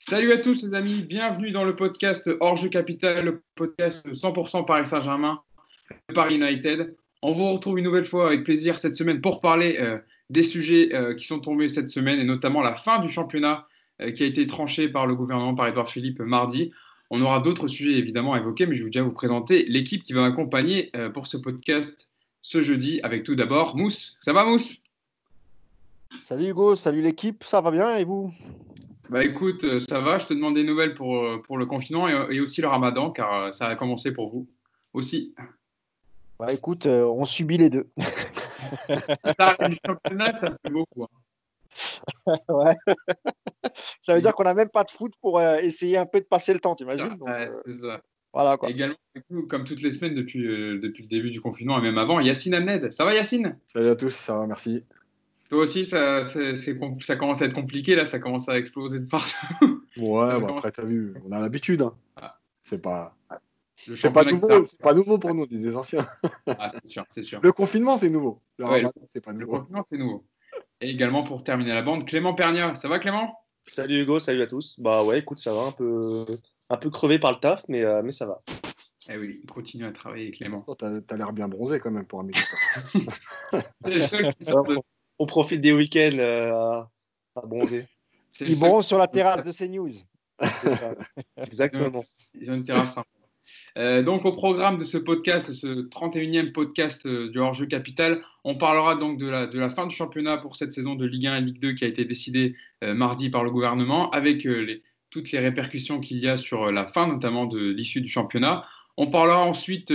Salut à tous les amis, bienvenue dans le podcast Hors-jeu Capital, le podcast 100% Paris Saint-Germain, Paris United. On vous retrouve une nouvelle fois avec plaisir cette semaine pour parler des sujets qui sont tombés cette semaine et notamment la fin du championnat qui a été tranché par le gouvernement, par Édouard Philippe mardi. On aura d'autres sujets évidemment à évoquer, mais je vais déjà vous présenter l'équipe qui va m'accompagner pour ce podcast ce jeudi avec tout d'abord Mousse. Ça va Mousse? Salut Hugo, salut l'équipe, ça va bien et vous? Bah écoute, ça va, je te demande des nouvelles pour le confinement et aussi le ramadan, car ça a commencé pour vous aussi. Bah écoute, on subit les deux. Ça arrive du championnat, ça fait beaucoup, hein. Ouais. Ça veut dire qu'on n'a même pas de foot pour essayer un peu de passer le temps, t'imagines? Donc, Ouais, c'est ça. voilà Et quoi. également, du coup, comme toutes les semaines depuis le début du confinement et même avant, Yacine Amned. Ça va Yacine? Salut à tous, ça va, merci. Toi aussi, ça commence à être compliqué, là, ça commence à exploser de partout. Ouais, Ça bah commence après, t'as vu, on a l'habitude, hein. à- C'est pas, Le c'est pas championnat qui s'arrête. nouveau, c'est pas nouveau pour nous, on est des anciens. Ah, c'est sûr, c'est sûr. Le confinement, c'est nouveau. Le Ouais, ramadan, c'est pas le nouveau. confinement, c'est nouveau. Et également, pour terminer la bande, Clément Pernia. Ça va Clément? Salut Hugo, salut à tous. Bah ouais, écoute, ça va un peu crevé par le taf, mais ça va. Eh oui, il continue à travailler, Clément. Oh, t'as l'air bien bronzé quand même pour un militaire. C'est le seul qui sort de... On profite des week-ends à bronzer. c'est le Ils seul- bronzent sur la terrasse de CNews. Exactement. Ils ont une terrasse sympa. Donc, au programme de ce podcast, ce 31e podcast du Hors-jeu Capital, on parlera donc de la fin du championnat pour cette saison de Ligue 1 et Ligue 2 qui a été décidée mardi par le gouvernement, avec toutes les répercussions qu'il y a sur la fin, notamment de l'issue du championnat. On parlera ensuite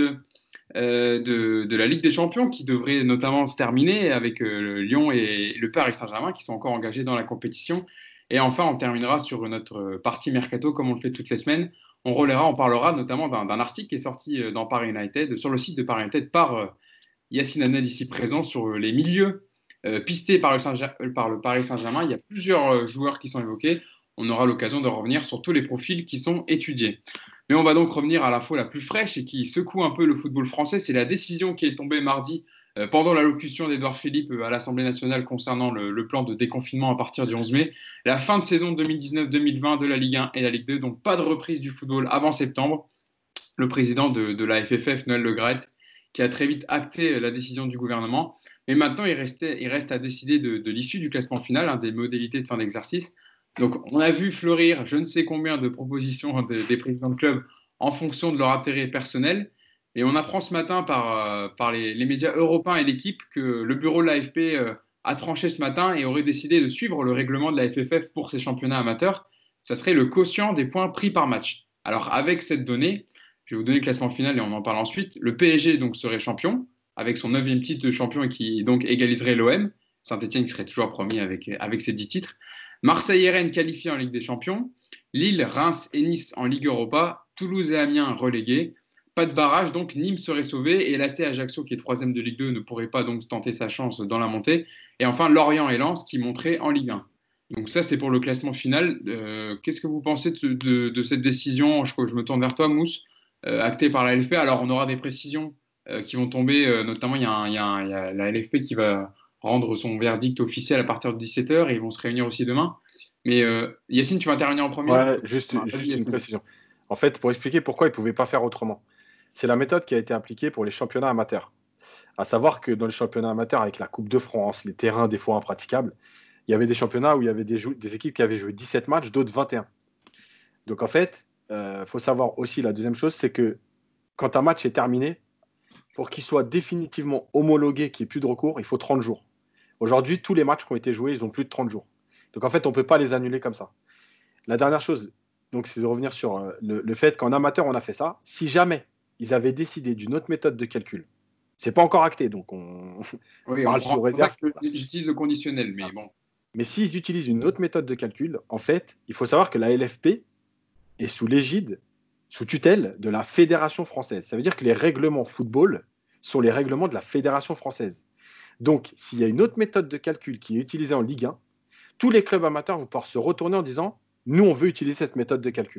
de la Ligue des Champions qui devrait notamment se terminer avec Lyon et le Paris Saint-Germain qui sont encore engagés dans la compétition. Et enfin, on terminera sur notre partie mercato comme on le fait toutes les semaines. On parlera notamment d'un article qui est sorti dans Paris United, sur le site de Paris United par Yacine Amned ici présent sur les milieux pistés par le Paris Saint-Germain. Il y a plusieurs joueurs qui sont évoqués. On aura l'occasion de revenir sur tous les profils qui sont étudiés. Mais on va donc revenir à l'info la plus fraîche et qui secoue un peu le football français. C'est la décision qui est tombée mardi pendant l'allocution d'Édouard Philippe à l'Assemblée nationale concernant le plan de déconfinement à partir du 11 mai. La fin de saison 2019-2020 de la Ligue 1 et la Ligue 2, donc pas de reprise du football avant septembre. Le président de la FFF, Noël Le Graët, qui a très vite acté la décision du gouvernement. Mais maintenant, il reste à décider de l'issue du classement final, des modalités de fin d'exercice. Donc, on a vu fleurir je ne sais combien de propositions des présidents de clubs en fonction de leur intérêt personnel. Et on apprend ce matin par les médias européens et l'équipe que le bureau de l'AFP a tranché ce matin et aurait décidé de suivre le règlement de la FFF pour ces championnats amateurs. Ça serait le quotient des points pris par match. Alors, avec cette donnée, je vais vous donner le classement final et on en parle ensuite. Le PSG donc serait champion avec son 9e titre de champion et qui donc égaliserait l'OM. Saint-Etienne qui serait toujours premier avec ses 10 titres. Marseille et Rennes qualifiés en Ligue des Champions. Lille, Reims et Nice en Ligue Europa. Toulouse et Amiens relégués. Pas de barrage, donc Nîmes serait sauvé et l'AC Ajaccio, qui est 3e de Ligue 2, ne pourrait pas donc tenter sa chance dans la montée. Et enfin, Lorient et Lens qui monteraient en Ligue 1. Donc ça, c'est pour le classement final. Qu'est-ce que vous pensez de cette décision? Je me tourne vers toi, Mousse, actée par la LFP. Alors, on aura des précisions qui vont tomber, notamment il y a la LFP qui va rendre son verdict officiel à partir de 17h et ils vont se réunir aussi demain. Mais Yacine, tu vas intervenir en premier? Ouais, juste une précision. En fait, pour expliquer pourquoi ils ne pouvaient pas faire autrement. C'est la méthode qui a été appliquée pour les championnats amateurs. À savoir que dans les championnats amateurs, avec la Coupe de France, les terrains des fois impraticables, il y avait des championnats où il y avait des équipes qui avaient joué 17 matchs, d'autres 21. Donc en fait, faut savoir aussi la deuxième chose, c'est que quand un match est terminé, pour qu'il soit définitivement homologué, qu'il n'y ait plus de recours, il faut 30 jours. Aujourd'hui, tous les matchs qui ont été joués, ils ont plus de 30 jours. Donc en fait, on ne peut pas les annuler comme ça. La dernière chose, donc, c'est de revenir sur le fait qu'en amateur, on a fait ça. Si jamais ils avaient décidé d'une autre méthode de calcul, c'est pas encore acté, donc on Oui, parle sous réserve. J'utilise le conditionnel, mais bon. Mais s'ils utilisent une autre méthode de calcul, en fait, il faut savoir que la LFP est sous l'égide, sous tutelle de la Fédération française. Ça veut dire que les règlements football sont les règlements de la Fédération française. Donc, s'il y a une autre méthode de calcul qui est utilisée en Ligue 1, tous les clubs amateurs vont pouvoir se retourner en disant « Nous, on veut utiliser cette méthode de calcul ».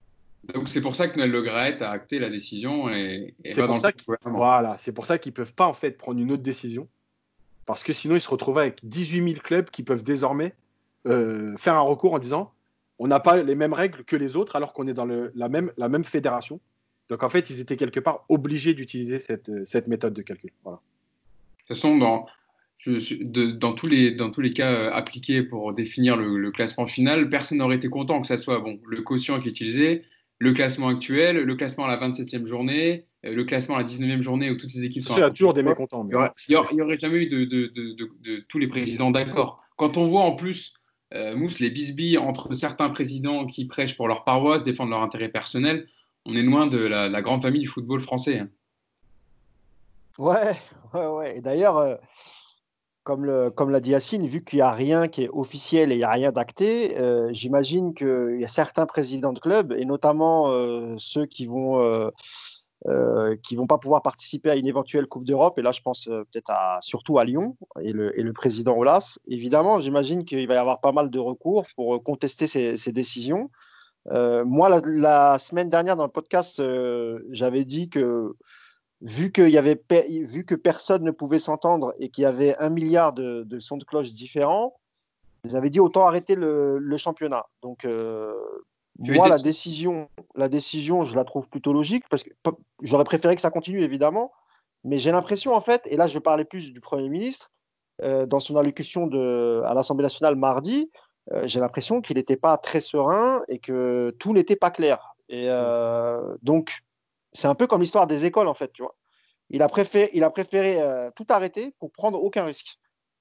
Donc c'est pour ça que Noël Le Graët a acté la décision et C'est pour ça c'est pour ça qu'ils ne peuvent pas en fait prendre une autre décision, parce que sinon ils se retrouvent avec 18 000 clubs qui peuvent désormais faire un recours en disant on n'a pas les mêmes règles que les autres alors qu'on est dans la même fédération. Donc en fait, ils étaient quelque part obligés d'utiliser cette méthode de calcul. Voilà. De toute façon, dans tous les cas appliqués pour définir le classement final, personne n'aurait été content que ça soit le quotient qui est utilisé, le classement actuel, le classement à la 27e journée, le classement à la 19e journée où toutes les équipes sont. Il y a toujours des mécontents. Il n'y aurait jamais eu de tous les présidents d'accord. Quand on voit en plus, Mousse, les bisbilles entre certains présidents qui prêchent pour leur paroisse, défendent leur intérêt personnel, on est loin de la grande famille du football français. Ouais. Et d'ailleurs, comme l'a dit Yacine, vu qu'il n'y a rien qui est officiel et il n'y a rien d'acté, j'imagine qu'il y a certains présidents de clubs, et notamment ceux qui vont pas pouvoir participer à une éventuelle Coupe d'Europe. Et là, je pense peut-être surtout à Lyon et le président Aulas. Évidemment, j'imagine qu'il va y avoir pas mal de recours pour contester ces décisions. Moi, la semaine dernière, dans le podcast, j'avais dit que vu que personne ne pouvait s'entendre et qu'il y avait 1 milliard de sons de cloche différents, j'avais dit autant arrêter le championnat. Donc, moi, la décision, je la trouve plutôt logique parce que j'aurais préféré que ça continue, évidemment. Mais j'ai l'impression, en fait, et là, je parlais plus du Premier ministre, dans son allocution à l'Assemblée nationale mardi, j'ai l'impression qu'il n'était pas très serein et que tout n'était pas clair. Et donc, c'est un peu comme l'histoire des écoles, en fait, tu vois. Il a préféré tout arrêter pour prendre aucun risque.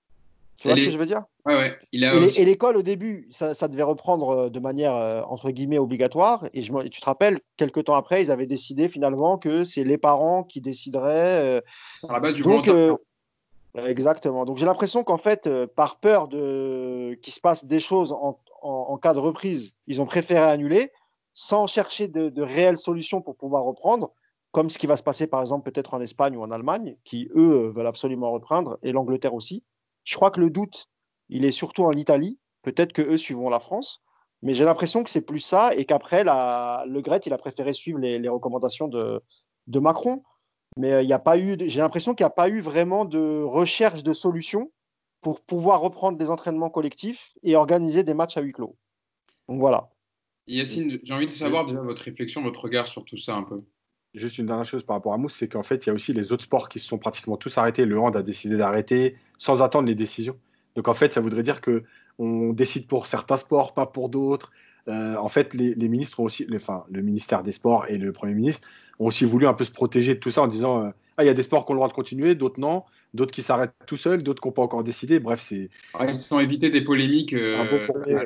Tu vois ce que je veux dire? Ouais. Et l'école, au début, ça devait reprendre de manière, entre guillemets, obligatoire. Et tu te rappelles, quelques temps après, ils avaient décidé finalement que c'est les parents qui décideraient. À la base du donc, volontariat. exactement. Donc, j'ai l'impression qu'en fait, par peur qu'il se passe des choses en cas de reprise, ils ont préféré annuler sans chercher de réelles solutions pour pouvoir reprendre, comme ce qui va se passer, par exemple, peut-être en Espagne ou en Allemagne, qui, eux, veulent absolument reprendre, et l'Angleterre aussi. Je crois que le doute, il est surtout en Italie. Peut-être qu'eux suivront la France. Mais j'ai l'impression que c'est plus ça et qu'après, le Gret, il a préféré suivre les recommandations de Macron. Mais j'ai l'impression qu'il n'y a pas eu vraiment de recherche de solutions pour pouvoir reprendre des entraînements collectifs et organiser des matchs à huis clos. Donc voilà. Yacine, j'ai envie de savoir déjà votre réflexion, votre regard sur tout ça un peu. Juste une dernière chose par rapport à Mousse, c'est qu'en fait, il y a aussi les autres sports qui se sont pratiquement tous arrêtés. Le hand a décidé d'arrêter sans attendre les décisions. Donc en fait, ça voudrait dire qu'on décide pour certains sports, pas pour d'autres. En fait, les ministres ont aussi, le ministère des Sports et le Premier ministre ont aussi voulu un peu se protéger de tout ça en disant il y a des sports qui ont le droit de continuer, d'autres non, d'autres qui s'arrêtent tout seuls, d'autres qui n'ont pas encore décidé. Bref, c'est. Ils se sont évités des polémiques. Un beau premier,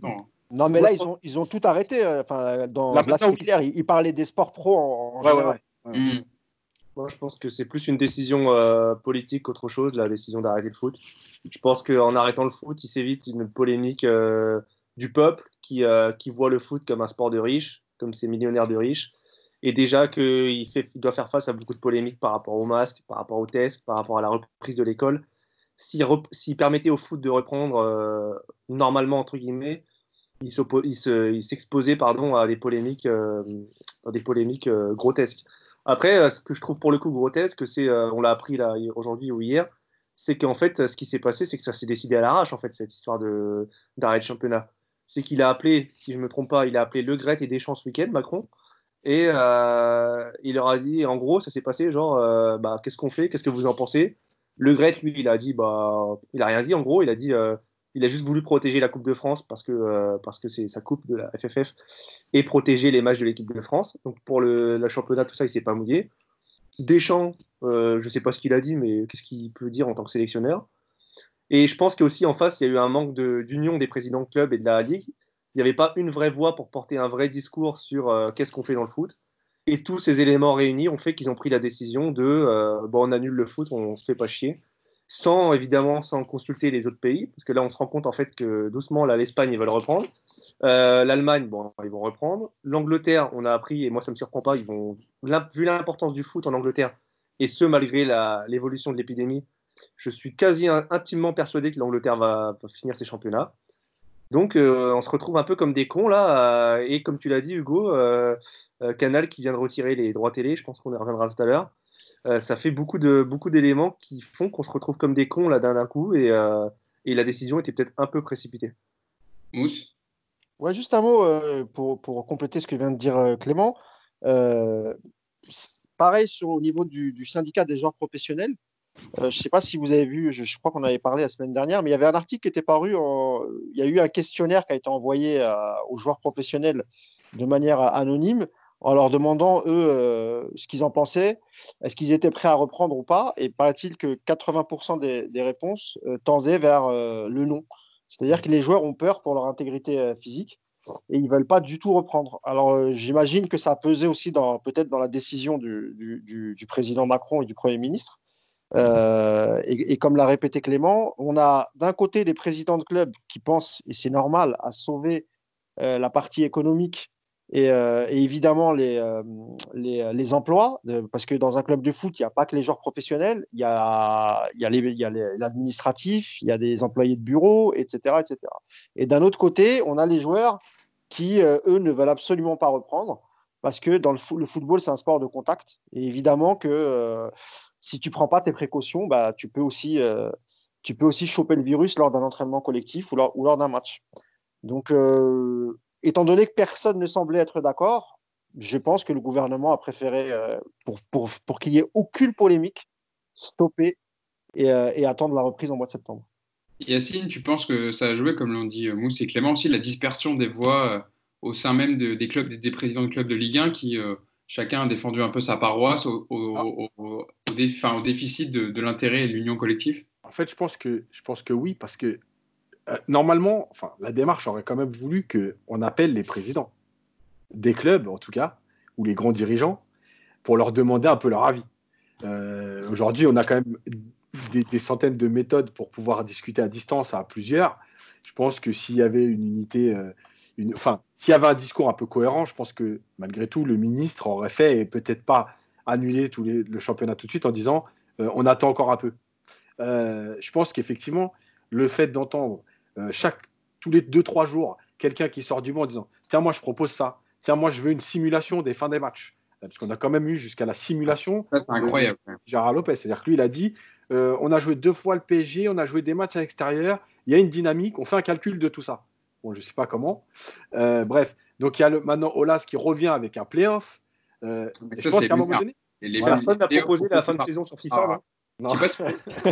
Non, mais là, ils ont tout arrêté. Là, c'était clair. Ils parlaient des sports pro en général. Ouais. Moi, je pense que c'est plus une décision politique qu'autre chose, la décision d'arrêter le foot. Je pense qu'en arrêtant le foot, il s'évite une polémique du peuple qui voit le foot comme un sport de riches, comme ces millionnaires de riches. Et déjà qu'il doit faire face à beaucoup de polémiques par rapport aux masques, par rapport aux tests, par rapport à la reprise de l'école. S'il permettait au foot de reprendre normalement, entre guillemets, il s'exposait à des polémiques, grotesques. Après, ce que je trouve pour le coup grotesque, c'est, on l'a appris là, aujourd'hui ou hier, c'est qu'en fait, ce qui s'est passé, c'est que ça s'est décidé à l'arrache, en fait, cette histoire d'arrêt de championnat. C'est qu'il a appelé, si je ne me trompe pas, il a appelé Le Gret et Deschamps ce week-end, Macron, et il leur a dit, en gros, ça s'est passé genre, qu'est-ce qu'on fait? Qu'est-ce que vous en pensez? Le Gret, lui, il a dit, il a rien dit, en gros, il a dit, il a juste voulu protéger la Coupe de France parce que c'est sa coupe de la FFF et protéger les matchs de l'équipe de France. Donc pour le championnat, tout ça, il ne s'est pas mouillé. Deschamps, je ne sais pas ce qu'il a dit, mais qu'est-ce qu'il peut dire en tant que sélectionneur? Et je pense qu'aussi en face, il y a eu un manque d'union des présidents de club et de la Ligue. Il n'y avait pas une vraie voix pour porter un vrai discours sur qu'est-ce qu'on fait dans le foot. Et tous ces éléments réunis ont fait qu'ils ont pris la décision de on annule le foot, on ne se fait pas chier. Sans consulter les autres pays, parce que là on se rend compte en fait que doucement là l'Espagne ils veulent reprendre, l'Allemagne ils vont reprendre, l'Angleterre on a appris et moi ça me surprend pas, vu l'importance du foot en Angleterre et ce malgré l'évolution de l'épidémie, je suis quasi intimement persuadé que l'Angleterre va finir ses championnats. Donc on se retrouve un peu comme des cons là, et comme tu l'as dit Hugo, Canal qui vient de retirer les droits télé, je pense qu'on y reviendra tout à l'heure. Ça fait beaucoup d'éléments qui font qu'on se retrouve comme des cons là d'un coup et la décision était peut-être un peu précipitée. Mousse? Ouais, juste un mot pour compléter ce que vient de dire Clément. Euh, Pareil au niveau du syndicat des joueurs professionnels. Je ne sais pas si vous avez vu, je crois qu'on avait parlé la semaine dernière, mais il y avait un article qui était paru. Il y a eu un questionnaire qui a été envoyé aux joueurs professionnels de manière anonyme en leur demandant, eux, ce qu'ils en pensaient, est-ce qu'ils étaient prêts à reprendre ou pas. Et paraît-il que 80% des réponses tendaient vers le non. C'est-à-dire que les joueurs ont peur pour leur intégrité physique et ils ne veulent pas du tout reprendre. Alors, j'imagine que ça a pesé aussi peut-être dans la décision du président Macron et du Premier ministre. Et comme l'a répété Clément, on a d'un côté des présidents de clubs qui pensent, et c'est normal, à sauver la partie économique et évidemment les emplois, parce que dans un club de foot, il n'y a pas que les joueurs professionnels, il y a l'administratif, il y a des employés de bureau, etc., etc. Et d'un autre côté, on a les joueurs qui, eux, ne veulent absolument pas reprendre, parce que dans le football, c'est un sport de contact. Et évidemment que si tu ne prends pas tes précautions, bah, tu peux aussi choper le virus lors d'un entraînement collectif ou lors d'un match. Donc, étant donné que personne ne semblait être d'accord, je pense que le gouvernement a préféré, pour qu'il n'y ait aucune polémique, stopper et attendre la reprise en mois de septembre. Yacine, tu penses que ça a joué, comme l'ont dit Mousse et Clément aussi, la dispersion des voix au sein même des clubs, des présidents de clubs de Ligue 1 qui chacun a défendu un peu sa paroisse au déficit de l'intérêt et de l'union collective? En fait, je pense que oui, parce que normalement, enfin, la démarche aurait quand même voulu qu'on appelle les présidents des clubs, en tout cas, ou les grands dirigeants, pour leur demander un peu leur avis. Aujourd'hui, on a quand même des centaines de méthodes pour pouvoir discuter à distance à plusieurs. Je pense que s'il y avait une unité, enfin, s'il y avait un discours un peu cohérent, je pense que malgré tout, le ministre aurait fait et peut-être pas annuler le championnat tout de suite en disant on attend encore un peu. Je pense qu'effectivement, le fait d'entendre tous les 2-3 jours quelqu'un qui sort du banc en disant tiens, moi je propose ça, tiens, moi je veux une simulation des fins des matchs. Parce qu'on a quand même eu jusqu'à la simulation Ça, c'est incroyable. de Gérard Lopez. C'est-à-dire que lui, il a dit on a joué 2 fois le PSG, on a joué des matchs à l'extérieur, il y a une dynamique, on fait un calcul de tout ça. Bon, je ne sais pas comment. Bref, donc il y a maintenant Olas qui revient avec un playoff. Je pense qu'à un moment donné. Personne n'a proposé la fin de saison sur FIFA, non? Je ne sais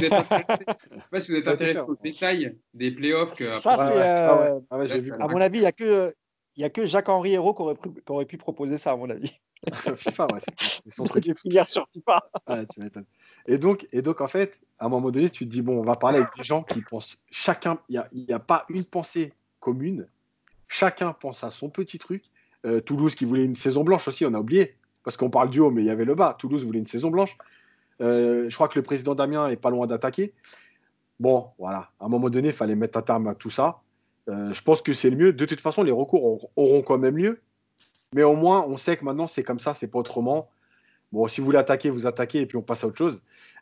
pas si vous êtes intéressé aux détails des playoffs. Ça, c'est. À mon avis, il n'y a que Jacques-Henri Hérault qui aurait pu proposer ça, à mon avis. FIFA, ouais, c'est son truc. De finir sur FIFA. Ouais, tu m'étonnes. Et donc, en fait, à un moment donné, tu te dis, bon, on va parler avec des gens qui pensent chacun, il n'y a pas une pensée commune, chacun pense à son petit truc. Toulouse qui voulait une saison blanche aussi, on a oublié, parce qu'on parle du haut, mais il y avait le bas. Toulouse voulait une saison blanche. Je crois que le président Damien est pas loin d'attaquer. Bon, voilà, à un moment donné, il fallait mettre un terme à tout ça. Je pense que c'est le mieux. De toute façon, les recours auront quand même lieu. Mais au moins, on sait que maintenant, c'est comme ça, c'est pas autrement. Bon, si vous voulez attaquer, vous attaquez et puis on passe à autre chose.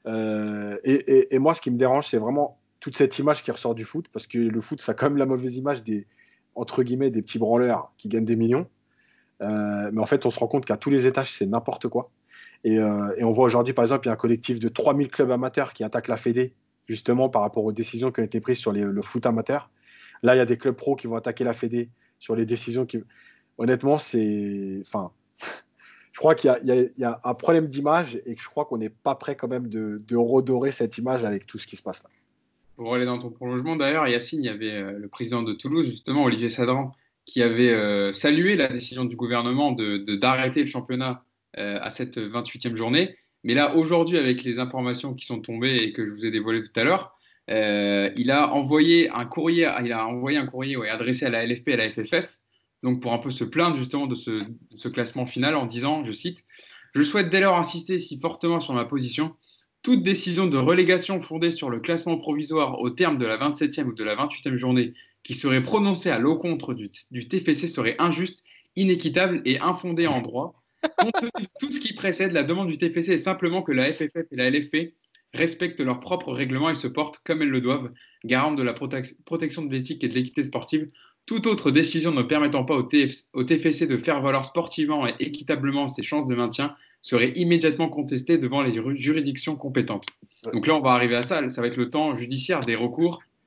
Et moi, ce qui me dérange, c'est vraiment toute cette image qui ressort du foot, parce que le foot, ça a quand même la mauvaise image entre guillemets, des petits branleurs qui gagnent des millions. Mais en fait, on se rend compte qu'à tous les étages, c'est n'importe quoi. Et on voit aujourd'hui, par exemple, il y a un collectif de 3000 clubs amateurs qui attaquent la Fédé, justement par rapport aux décisions qui ont été prises sur le foot amateur. Là, il y a des clubs pro qui vont attaquer la Fédé sur les décisions qui... Honnêtement, c'est... Enfin, je crois qu'il y a un problème d'image et que je crois qu'on n'est pas prêt quand même de redorer cette image avec tout ce qui se passe là. Pour aller dans ton prolongement, d'ailleurs, Yacine, il y avait le président de Toulouse, justement, Olivier Sadran, qui avait salué la décision du gouvernement d'arrêter le championnat à cette 28e journée. Mais là, aujourd'hui, avec les informations qui sont tombées et que je vous ai dévoilées tout à l'heure, il a envoyé un courrier, adressé à la LFP et à la FFF, donc pour un peu se plaindre justement de ce classement final en disant, je cite, « Je souhaite dès lors insister si fortement sur ma position. Toute décision de relégation fondée sur le classement provisoire au terme de la 27e ou de la 28e journée qui serait prononcée à l'encontre du TFC serait injuste, inéquitable et infondée en droit. Compte tenu de tout ce qui précède, la demande du TFC est simplement que la FFF et la LFP respectent leurs propres règlements et se portent comme elles le doivent, garante de la protection de l'éthique et de l'équité sportive. Toute autre décision ne permettant pas au TFC de faire valoir sportivement et équitablement ses chances de maintien serait immédiatement contestée devant les juridictions compétentes. » Donc là, on va arriver à ça. Ça va être le temps judiciaire des recours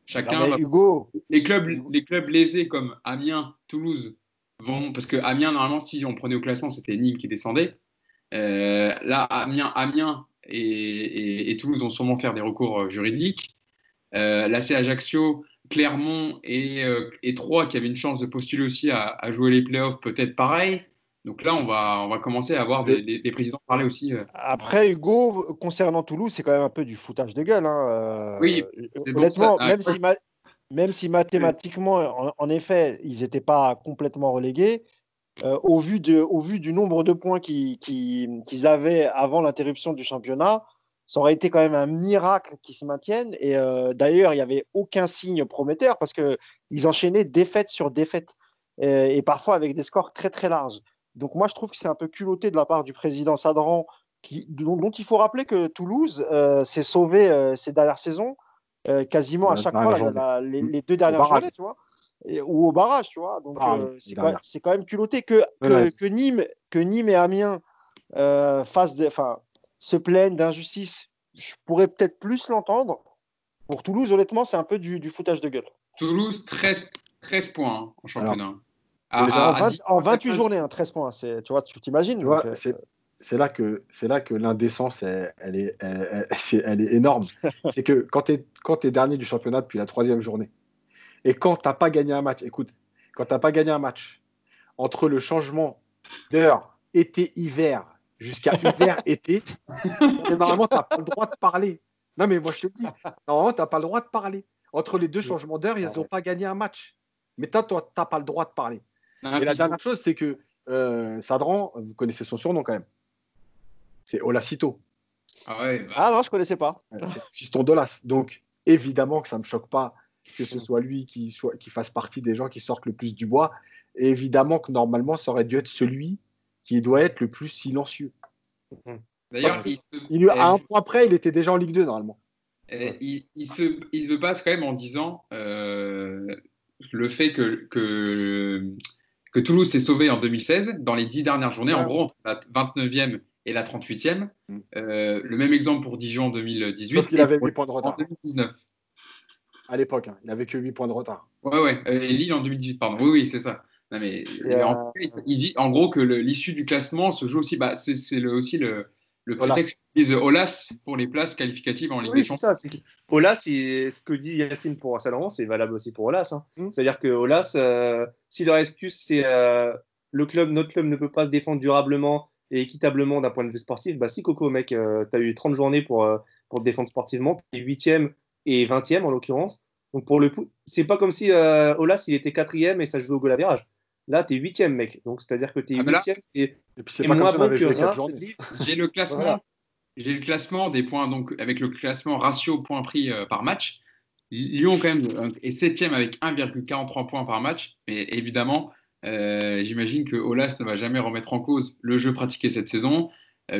Chacun. Hugo. Les clubs lésés comme Amiens, Toulouse vont. Parce que Amiens, normalement, si on prenait au classement, c'était Nîmes qui descendait. Là, Amiens et Toulouse vont sûrement faire des recours juridiques. L'AC Ajaccio, Clermont et Troyes qui avaient une chance de postuler aussi à jouer les playoffs, peut-être pareil. Donc là, on va commencer à avoir des présidents parler aussi. Après, Hugo, concernant Toulouse, c'est quand même un peu du foutage de gueule. Oui, c'est bon, honnêtement, ça. même si mathématiquement, en effet, ils n'étaient pas complètement relégués, au vu du nombre de points qu'ils avaient avant l'interruption du championnat, ça aurait été quand même un miracle qu'ils se maintiennent. Et d'ailleurs, il n'y avait aucun signe prometteur parce qu'ils enchaînaient défaite sur défaite et parfois avec des scores très très larges. Donc moi, je trouve que c'est un peu culotté de la part du président Sadran, dont il faut rappeler que Toulouse s'est sauvé ces dernières saisons, quasiment à chaque fois les 2 dernières journées, tu vois. Ou au barrage, tu vois. Donc, c'est quand même culotté que Nîmes et Amiens se plaignent d'injustice. Je pourrais peut-être plus l'entendre. Pour Toulouse, honnêtement, c'est un peu du foutage de gueule. Toulouse, 13 points en championnat. En 28 journées, 13 points. Tu vois, tu t'imagines. C'est là que l'indécence, elle est énorme. C'est que quand tu es dernier du championnat depuis la 3e journée, et quand tu n'as pas gagné un match, quand tu n'as pas gagné un match, entre le changement d'heure été-hiver jusqu'à hiver-été, normalement, tu n'as pas le droit de parler. Non, mais moi, je te le dis, normalement, tu n'as pas le droit de parler. Entre les 2 changements d'heure, ils n'ont pas gagné un match. Mais toi, tu n'as pas le droit de parler. Et la dernière chose, c'est que Sadran, vous connaissez son surnom quand même. C'est Olacito. Ah non, je ne connaissais pas. C'est fiston d'Olas. Donc, évidemment que ça ne me choque pas que ce soit lui qui fasse partie des gens qui sortent le plus du bois. Et évidemment que normalement, ça aurait dû être celui qui doit être le plus silencieux. D'ailleurs, à un point près, il était déjà en Ligue 2 normalement. Il se base quand même en disant le fait que Toulouse s'est sauvé en 2016 dans les 10 dernières journées, en gros, entre la 29e et la 38e. Le même exemple pour Dijon en 2018. Sauf qu'il avait 8 points de retard. En 2019. À l'époque, il n'avait que 8 points de retard. Ouais. Et Lille en 2018, pardon. Oui, c'est ça. Non, mais il dit en gros que l'issue du classement se joue aussi. C'est aussi le prétexte de Olas pour les places qualificatives en Ligue des Champions. Oui, c'est ça. Olas, ce que dit Yacine pour Saint-Laurent, c'est valable aussi pour Olas. C'est-à-dire que Olas, si leur excuse, c'est notre club ne peut pas se défendre durablement et équitablement d'un point de vue sportif, si Coco, mec, tu as eu 30 journées pour te défendre sportivement, tu es 8e et 20e en l'occurrence. Donc pour le coup, c'est pas comme si Olas il était 4e et ça jouait au goal average. Là, tu es 8e, mec. Donc c'est-à-dire que tu es 8e et puis c'est pas moins bon que Reims. J'ai le classement. Voilà. J'ai le classement des points, donc avec le classement ratio points pris par match. Lyon, quand même, est 7e avec 1,43 points par match. Mais évidemment, j'imagine que Olas ne va jamais remettre en cause le jeu pratiqué cette saison. La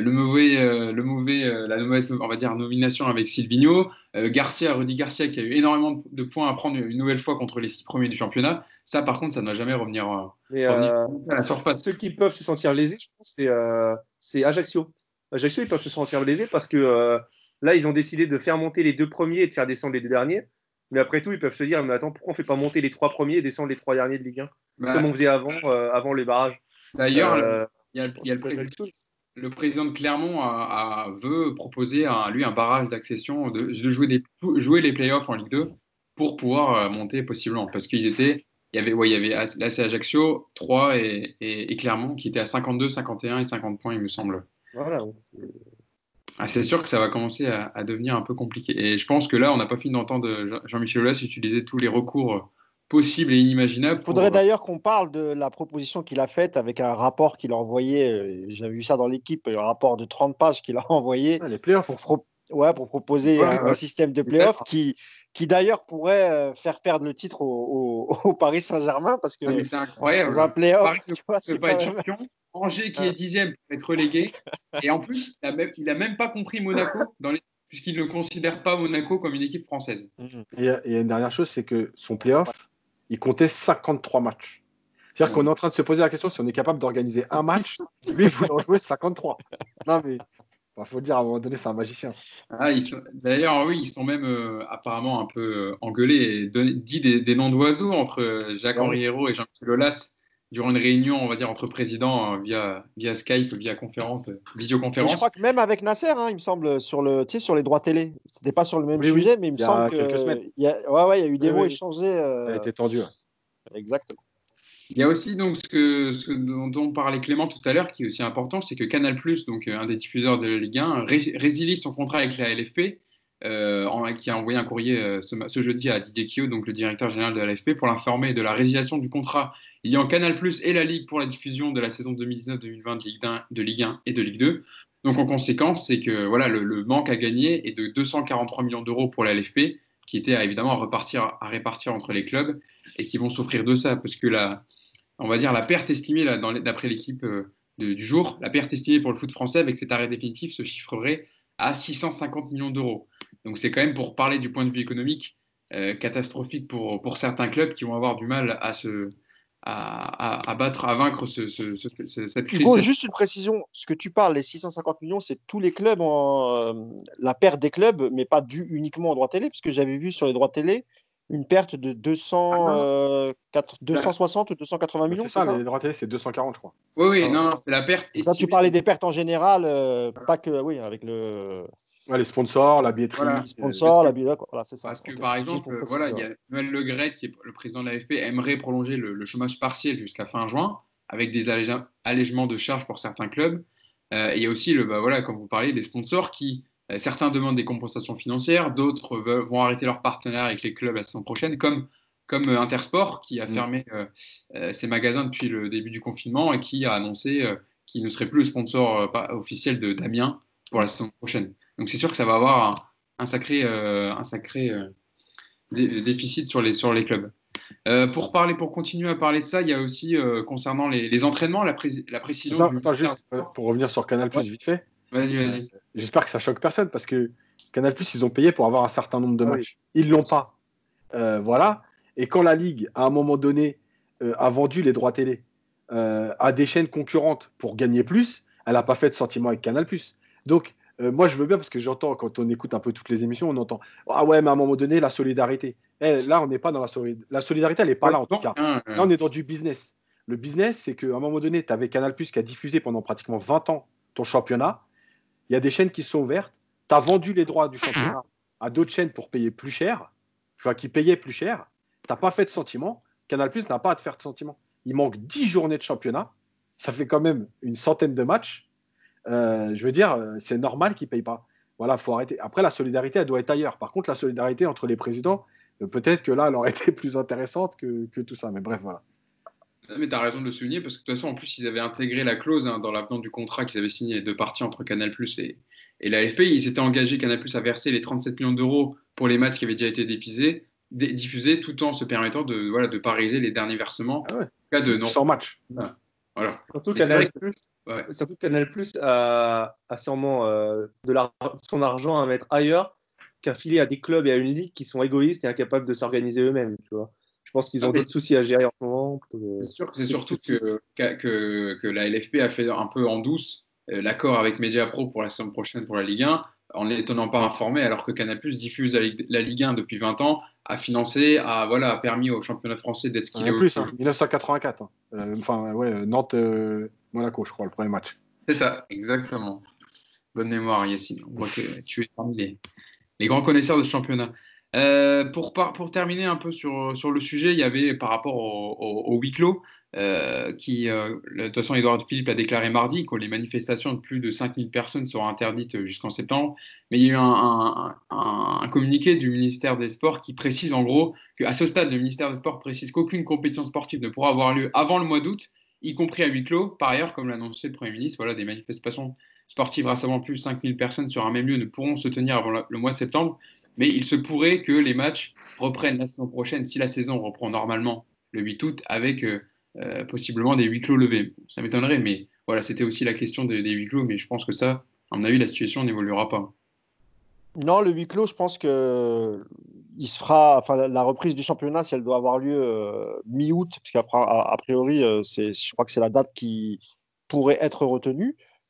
mauvaise, on va dire, nomination avec Silvino. Rudy Garcia, qui a eu énormément de points à prendre une nouvelle fois contre les 6 premiers du championnat. Ça, par contre, ça ne va jamais revenir à la surface. Ceux qui peuvent se sentir lésés, je pense, c'est Ajaccio. Ajaccio, ils peuvent se sentir lésés parce que là, ils ont décidé de faire monter les 2 premiers et de faire descendre les 2 derniers. Mais après tout, ils peuvent se dire, mais attends, pourquoi on ne fait pas monter les 3 premiers et descendre les 3 derniers de Ligue 1 comme on faisait avant les barrages. D'ailleurs, il y a le président de Clermont veut proposer un barrage d'accession, de jouer les playoffs en Ligue 2 pour pouvoir monter possiblement. Parce qu'il y avait l'AC Ajaccio, 3 et Clermont qui étaient à 52, 51 et 50 points, il me semble. Voilà. C'est sûr que ça va commencer à devenir un peu compliqué. Et je pense que là, on n'a pas fini d'entendre Jean-Michel Aulas utiliser tous les recours possibles et inimaginables. Il faudrait d'ailleurs qu'on parle de la proposition qu'il a faite avec un rapport qu'il a envoyé. J'avais vu ça dans l'équipe, un rapport de 30 pages qu'il a envoyé les playoffs. Pour proposer un système de playoffs qui d'ailleurs pourrait faire perdre le titre au Paris Saint-Germain parce que c'est incroyable. Dans un playoff, Paris ne peut pas être champion. Angers qui est 10e peut être relégué. Et en plus, il n'a même pas compris Monaco puisqu'il ne considère pas Monaco comme une équipe française. Et il y a une dernière chose, c'est que son playoff, il comptait 53 matchs. C'est-à-dire qu'on est en train de se poser la question si on est capable d'organiser un match, lui, il voulait en jouer 53. Non, mais Faut le dire, à un moment donné, c'est un magicien. D'ailleurs, oui, ils sont même apparemment un peu engueulés et dit des noms d'oiseaux entre Jacques-Henri Hérault et Jean-Michel Aulas durant une réunion, on va dire, entre présidents via Skype, via conférence, Et je visioconférence. crois que même avec Nasser, il me semble, sur les droits télé, c'était pas sur le même sujet, mais il me semble quelques semaines. il y a eu des mots échangés. Ça a été tendu. Exactement. Il y a aussi donc ce dont parlait Clément tout à l'heure, qui est aussi important, c'est que Canal+, donc un des diffuseurs de la Ligue 1, résilie son contrat avec la LFP, qui a envoyé un courrier ce jeudi à Didier Quio, donc le directeur général de la LFP, pour l'informer de la résiliation du contrat liant Canal+ et la Ligue pour la diffusion de la saison 2019-2020 de Ligue 1 et de Ligue 2. Donc en conséquence, c'est que voilà, le manque à gagner est de 243 millions d'euros pour la LFP, qui était évidemment à répartir entre les clubs et qui vont souffrir de ça, parce que on va dire la perte estimée, d'après l'équipe du jour, la perte estimée pour le foot français avec cet arrêt définitif se chiffrerait à 650 millions d'euros. Donc c'est quand même, pour parler du point de vue économique, catastrophique pour certains clubs qui vont avoir du mal à vaincre cette crise. Hugo, juste une précision, ce que tu parles, les 650 millions, c'est tous les clubs, la perte des clubs, mais pas due uniquement aux droits télé, parce que j'avais vu sur les droits télé une perte de 260 ou 280 millions. C'est ça, les droits télé, c'est 240, je crois. Oui, non, c'est la perte. Ça, tu parlais des pertes en général, pas que, avec les sponsors, la billetterie. Voilà, les sponsors, la billetterie, voilà, c'est ça. Parce que, par exemple, il y a Noël Le Graët, qui est le président de l'AFP, aimerait prolonger le chômage partiel jusqu'à fin juin, avec des allègements de charges pour certains clubs. Et il y a aussi, comme vous parlez, des sponsors qui, certains demandent des compensations financières, d'autres vont arrêter leur partenariat avec les clubs la saison prochaine, comme Intersport, qui a fermé ses magasins depuis le début du confinement et qui a annoncé qu'il ne serait plus le sponsor officiel d'Amiens pour la saison prochaine. Donc c'est sûr que ça va avoir un sacré déficit sur les clubs. Pour continuer à parler de ça, il y a aussi concernant les entraînements, la précision. Attends, juste pour revenir sur Canal+, vite fait. Vas-y. J'espère que ça choque personne, parce que Canal+, ils ont payé pour avoir un certain nombre de matchs. Ils l'ont pas. Voilà. Et quand la Ligue, à un moment donné, a vendu les droits télé à des chaînes concurrentes pour gagner plus, elle n'a pas fait de sentiment avec Canal+. Donc, moi, je veux bien, parce que j'entends, quand on écoute un peu toutes les émissions, on entend « Ah ouais, mais à un moment donné, la solidarité. » Là, on n'est pas dans la solidarité. La solidarité, elle n'est pas là, en tout cas. Là, on est dans du business. Le business, c'est qu'à un moment donné, tu avais Canal+, qui a diffusé pendant pratiquement 20 ans ton championnat. Il y a des chaînes qui se sont ouvertes. Tu as vendu les droits du championnat à d'autres chaînes pour payer plus cher, qui payaient plus cher. Tu n'as pas fait de sentiment. Canal+ n'a pas à te faire de sentiment. Il manque 10 journées de championnat. Ça fait quand même une centaine de matchs. Je veux dire, c'est normal qu'ils ne payent pas. Voilà, il faut arrêter. Après, la solidarité, elle doit être ailleurs. Par contre, la solidarité entre les présidents, peut-être que là, elle aurait été plus intéressante que tout ça. Mais bref, voilà. Mais tu as raison de le souligner, parce que de toute façon, en plus, ils avaient intégré la clause dans l'avenant du contrat qu'ils avaient signé les deux parties entre Canal+ et la LFP. Ils s'étaient engagés, Canal+ à verser les 37 millions d'euros pour les matchs qui avaient déjà été diffusés, tout en se permettant de ne pas réaliser les derniers versements. Ah ouais. 100 matchs. Voilà. Surtout Canal+, a sûrement son argent à mettre ailleurs qu'à filer à des clubs et à une ligue qui sont égoïstes et incapables de s'organiser eux-mêmes. Tu vois. Je pense qu'ils ont d'autres soucis à gérer en ce moment. C'est surtout que la LFP a fait un peu en douce l'accord avec Mediapro pour la saison prochaine pour la Ligue 1, en n'étonnant pas informé, alors que Canal+ diffuse la Ligue 1 depuis 20 ans, a financé, a permis au championnat français d'être ce qu'il est. Plus, 1984. Nantes, Monaco, je crois, le premier match. C'est ça, exactement. Bonne mémoire, Yacine. On voit que tu es parmi les grands connaisseurs de ce championnat. Pour terminer un peu sur le sujet, il y avait par rapport au huis clos, de toute façon, Édouard Philippe l'a déclaré mardi, que les manifestations de plus de 5000 personnes seront interdites jusqu'en septembre. Mais il y a eu un communiqué du ministère des Sports qui précise en gros qu'à ce stade, le ministère des Sports précise qu'aucune compétition sportive ne pourra avoir lieu avant le mois d'août, y compris à huis clos. Par ailleurs, comme l'a annoncé le Premier ministre, des manifestations sportives rassemblant plus de 5000 personnes sur un même lieu ne pourront se tenir avant le mois de septembre. Mais il se pourrait que les matchs reprennent la saison prochaine, si la saison reprend normalement le 8 août, avec possiblement des huis clos levés. Ça m'étonnerait, mais voilà, c'était aussi la question des huis clos. Mais je pense que ça, à mon avis, la situation n'évoluera pas. Non, le huis clos, je pense que la reprise du championnat, si elle doit avoir lieu mi-août, parce qu'a priori, je crois que c'est la date qui pourrait être retenue.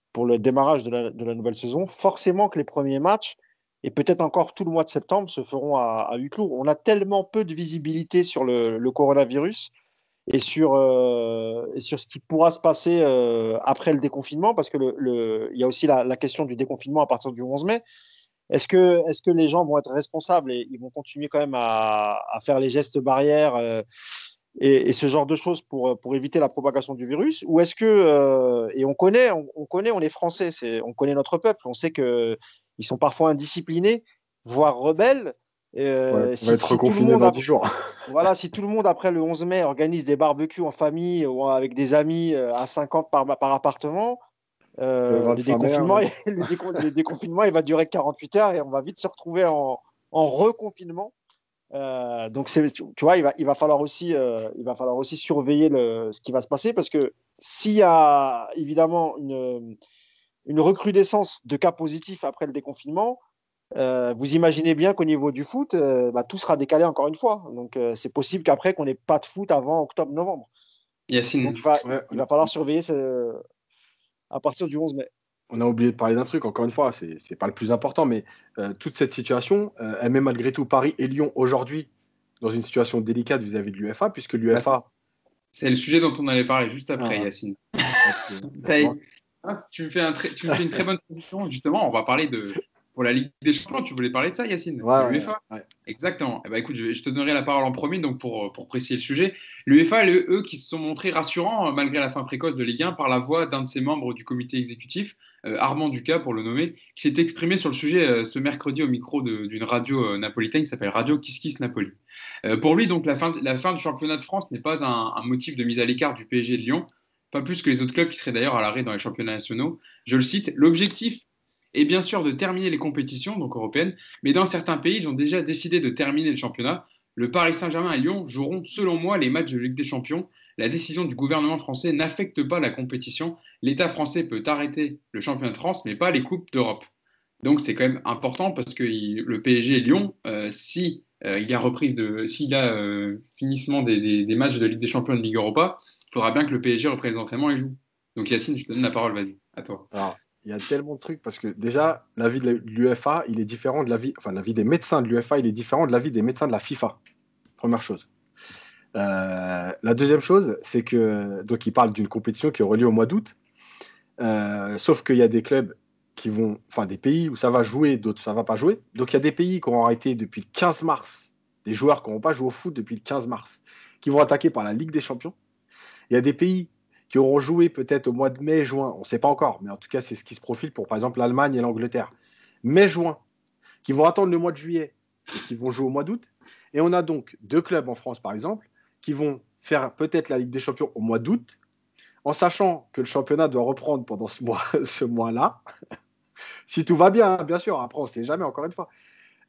pour le démarrage de la nouvelle saison, forcément que les premiers matchs, et peut-être encore tout le mois de septembre, se feront à huis clos. On a tellement peu de visibilité sur le coronavirus et sur ce qui pourra se passer après le déconfinement, parce que il y a aussi la question du déconfinement à partir du 11 mai. Est-ce que les gens vont être responsables et ils vont continuer quand même à faire les gestes barrières et ce genre de choses pour éviter la propagation du virus? Ou est-ce que, et on est Français, on connaît notre peuple, on sait qu'ils sont parfois indisciplinés, voire rebelles. Ouais, on va être reconfiné dans 10 jours. Voilà, si tout le monde, après le 11 mai, organise des barbecues en famille ou avec des amis à 50 par appartement, le déconfinement, le déconfinement, il va durer 48 heures et on va vite se retrouver en reconfinement. Donc, tu vois, il va falloir aussi surveiller ce qui va se passer parce que s'il y a évidemment une recrudescence de cas positifs après le déconfinement, vous imaginez bien qu'au niveau du foot, tout sera décalé encore une fois. Donc, c'est possible qu'après, qu'on n'ait pas de foot avant octobre-novembre. Yacine. Donc, il va falloir surveiller à partir du 11 mai. On a oublié de parler d'un truc, encore une fois, c'est pas le plus important, mais toute cette situation, elle met malgré tout Paris et Lyon aujourd'hui dans une situation délicate vis-à-vis de l'UEFA, puisque l'UEFA. C'est le sujet dont on allait parler juste après, Yacine. Tu me fais une très bonne transition. Justement, on va parler pour la Ligue des Champions. Tu voulais parler de ça, Yacine? L'UEFA. Ouais. Exactement. Eh ben, écoute, je te donnerai la parole en premier donc pour préciser le sujet. L'UEFA, eux qui se sont montrés rassurants malgré la fin précoce de Ligue 1 par la voix d'un de ses membres du comité exécutif, Armand Ducas pour le nommer, qui s'est exprimé sur le sujet ce mercredi au micro d'une radio napolitaine qui s'appelle Radio Kiss Kiss Napoli. Pour lui, donc, la fin du championnat de France n'est pas un motif de mise à l'écart du PSG et de Lyon, pas plus que les autres clubs qui seraient d'ailleurs à l'arrêt dans les championnats nationaux. Je le cite, l'objectif est bien sûr de terminer les compétitions, donc européennes, mais dans certains pays, ils ont déjà décidé de terminer le championnat. Le Paris Saint-Germain et Lyon joueront, selon moi, les matchs de Ligue des Champions. La décision du gouvernement français n'affecte pas la compétition. L'État français peut arrêter le championnat de France, mais pas les coupes d'Europe. Donc c'est quand même important parce que le PSG et Lyon, s'il y a finissement des matchs de Ligue des Champions et de Ligue Europa, il faudra bien que le PSG reprenne les entraînements et joue. Donc Yacine, je te donne la parole, vas-y, à toi. Alors, il y a tellement de trucs parce que déjà, l'avis de l'UEFA, il est différent de l'avis des médecins de l'UEFA, il est différent de l'avis des médecins de la FIFA. Première chose. La deuxième chose, c'est que donc il parle d'une compétition qui aura lieu au mois d'août, sauf qu'il y a des clubs des pays où ça va jouer, d'autres ça va pas jouer. Donc il y a des pays qui ont arrêté depuis le 15 mars, des joueurs qui n'ont pas joué au foot depuis le 15 mars, qui vont attaquer par la Ligue des Champions. Il y a des pays qui auront joué peut-être au mois de mai, juin, on ne sait pas encore, mais en tout cas, c'est ce qui se profile pour, par exemple, l'Allemagne et l'Angleterre. Mai, juin, qui vont attendre le mois de juillet et qui vont jouer au mois d'août. Et on a donc 2 clubs en France, par exemple, qui vont faire peut-être la Ligue des Champions au mois d'août, en sachant que le championnat doit reprendre pendant ce mois-là. Si tout va bien, bien sûr, après, on ne sait jamais, encore une fois.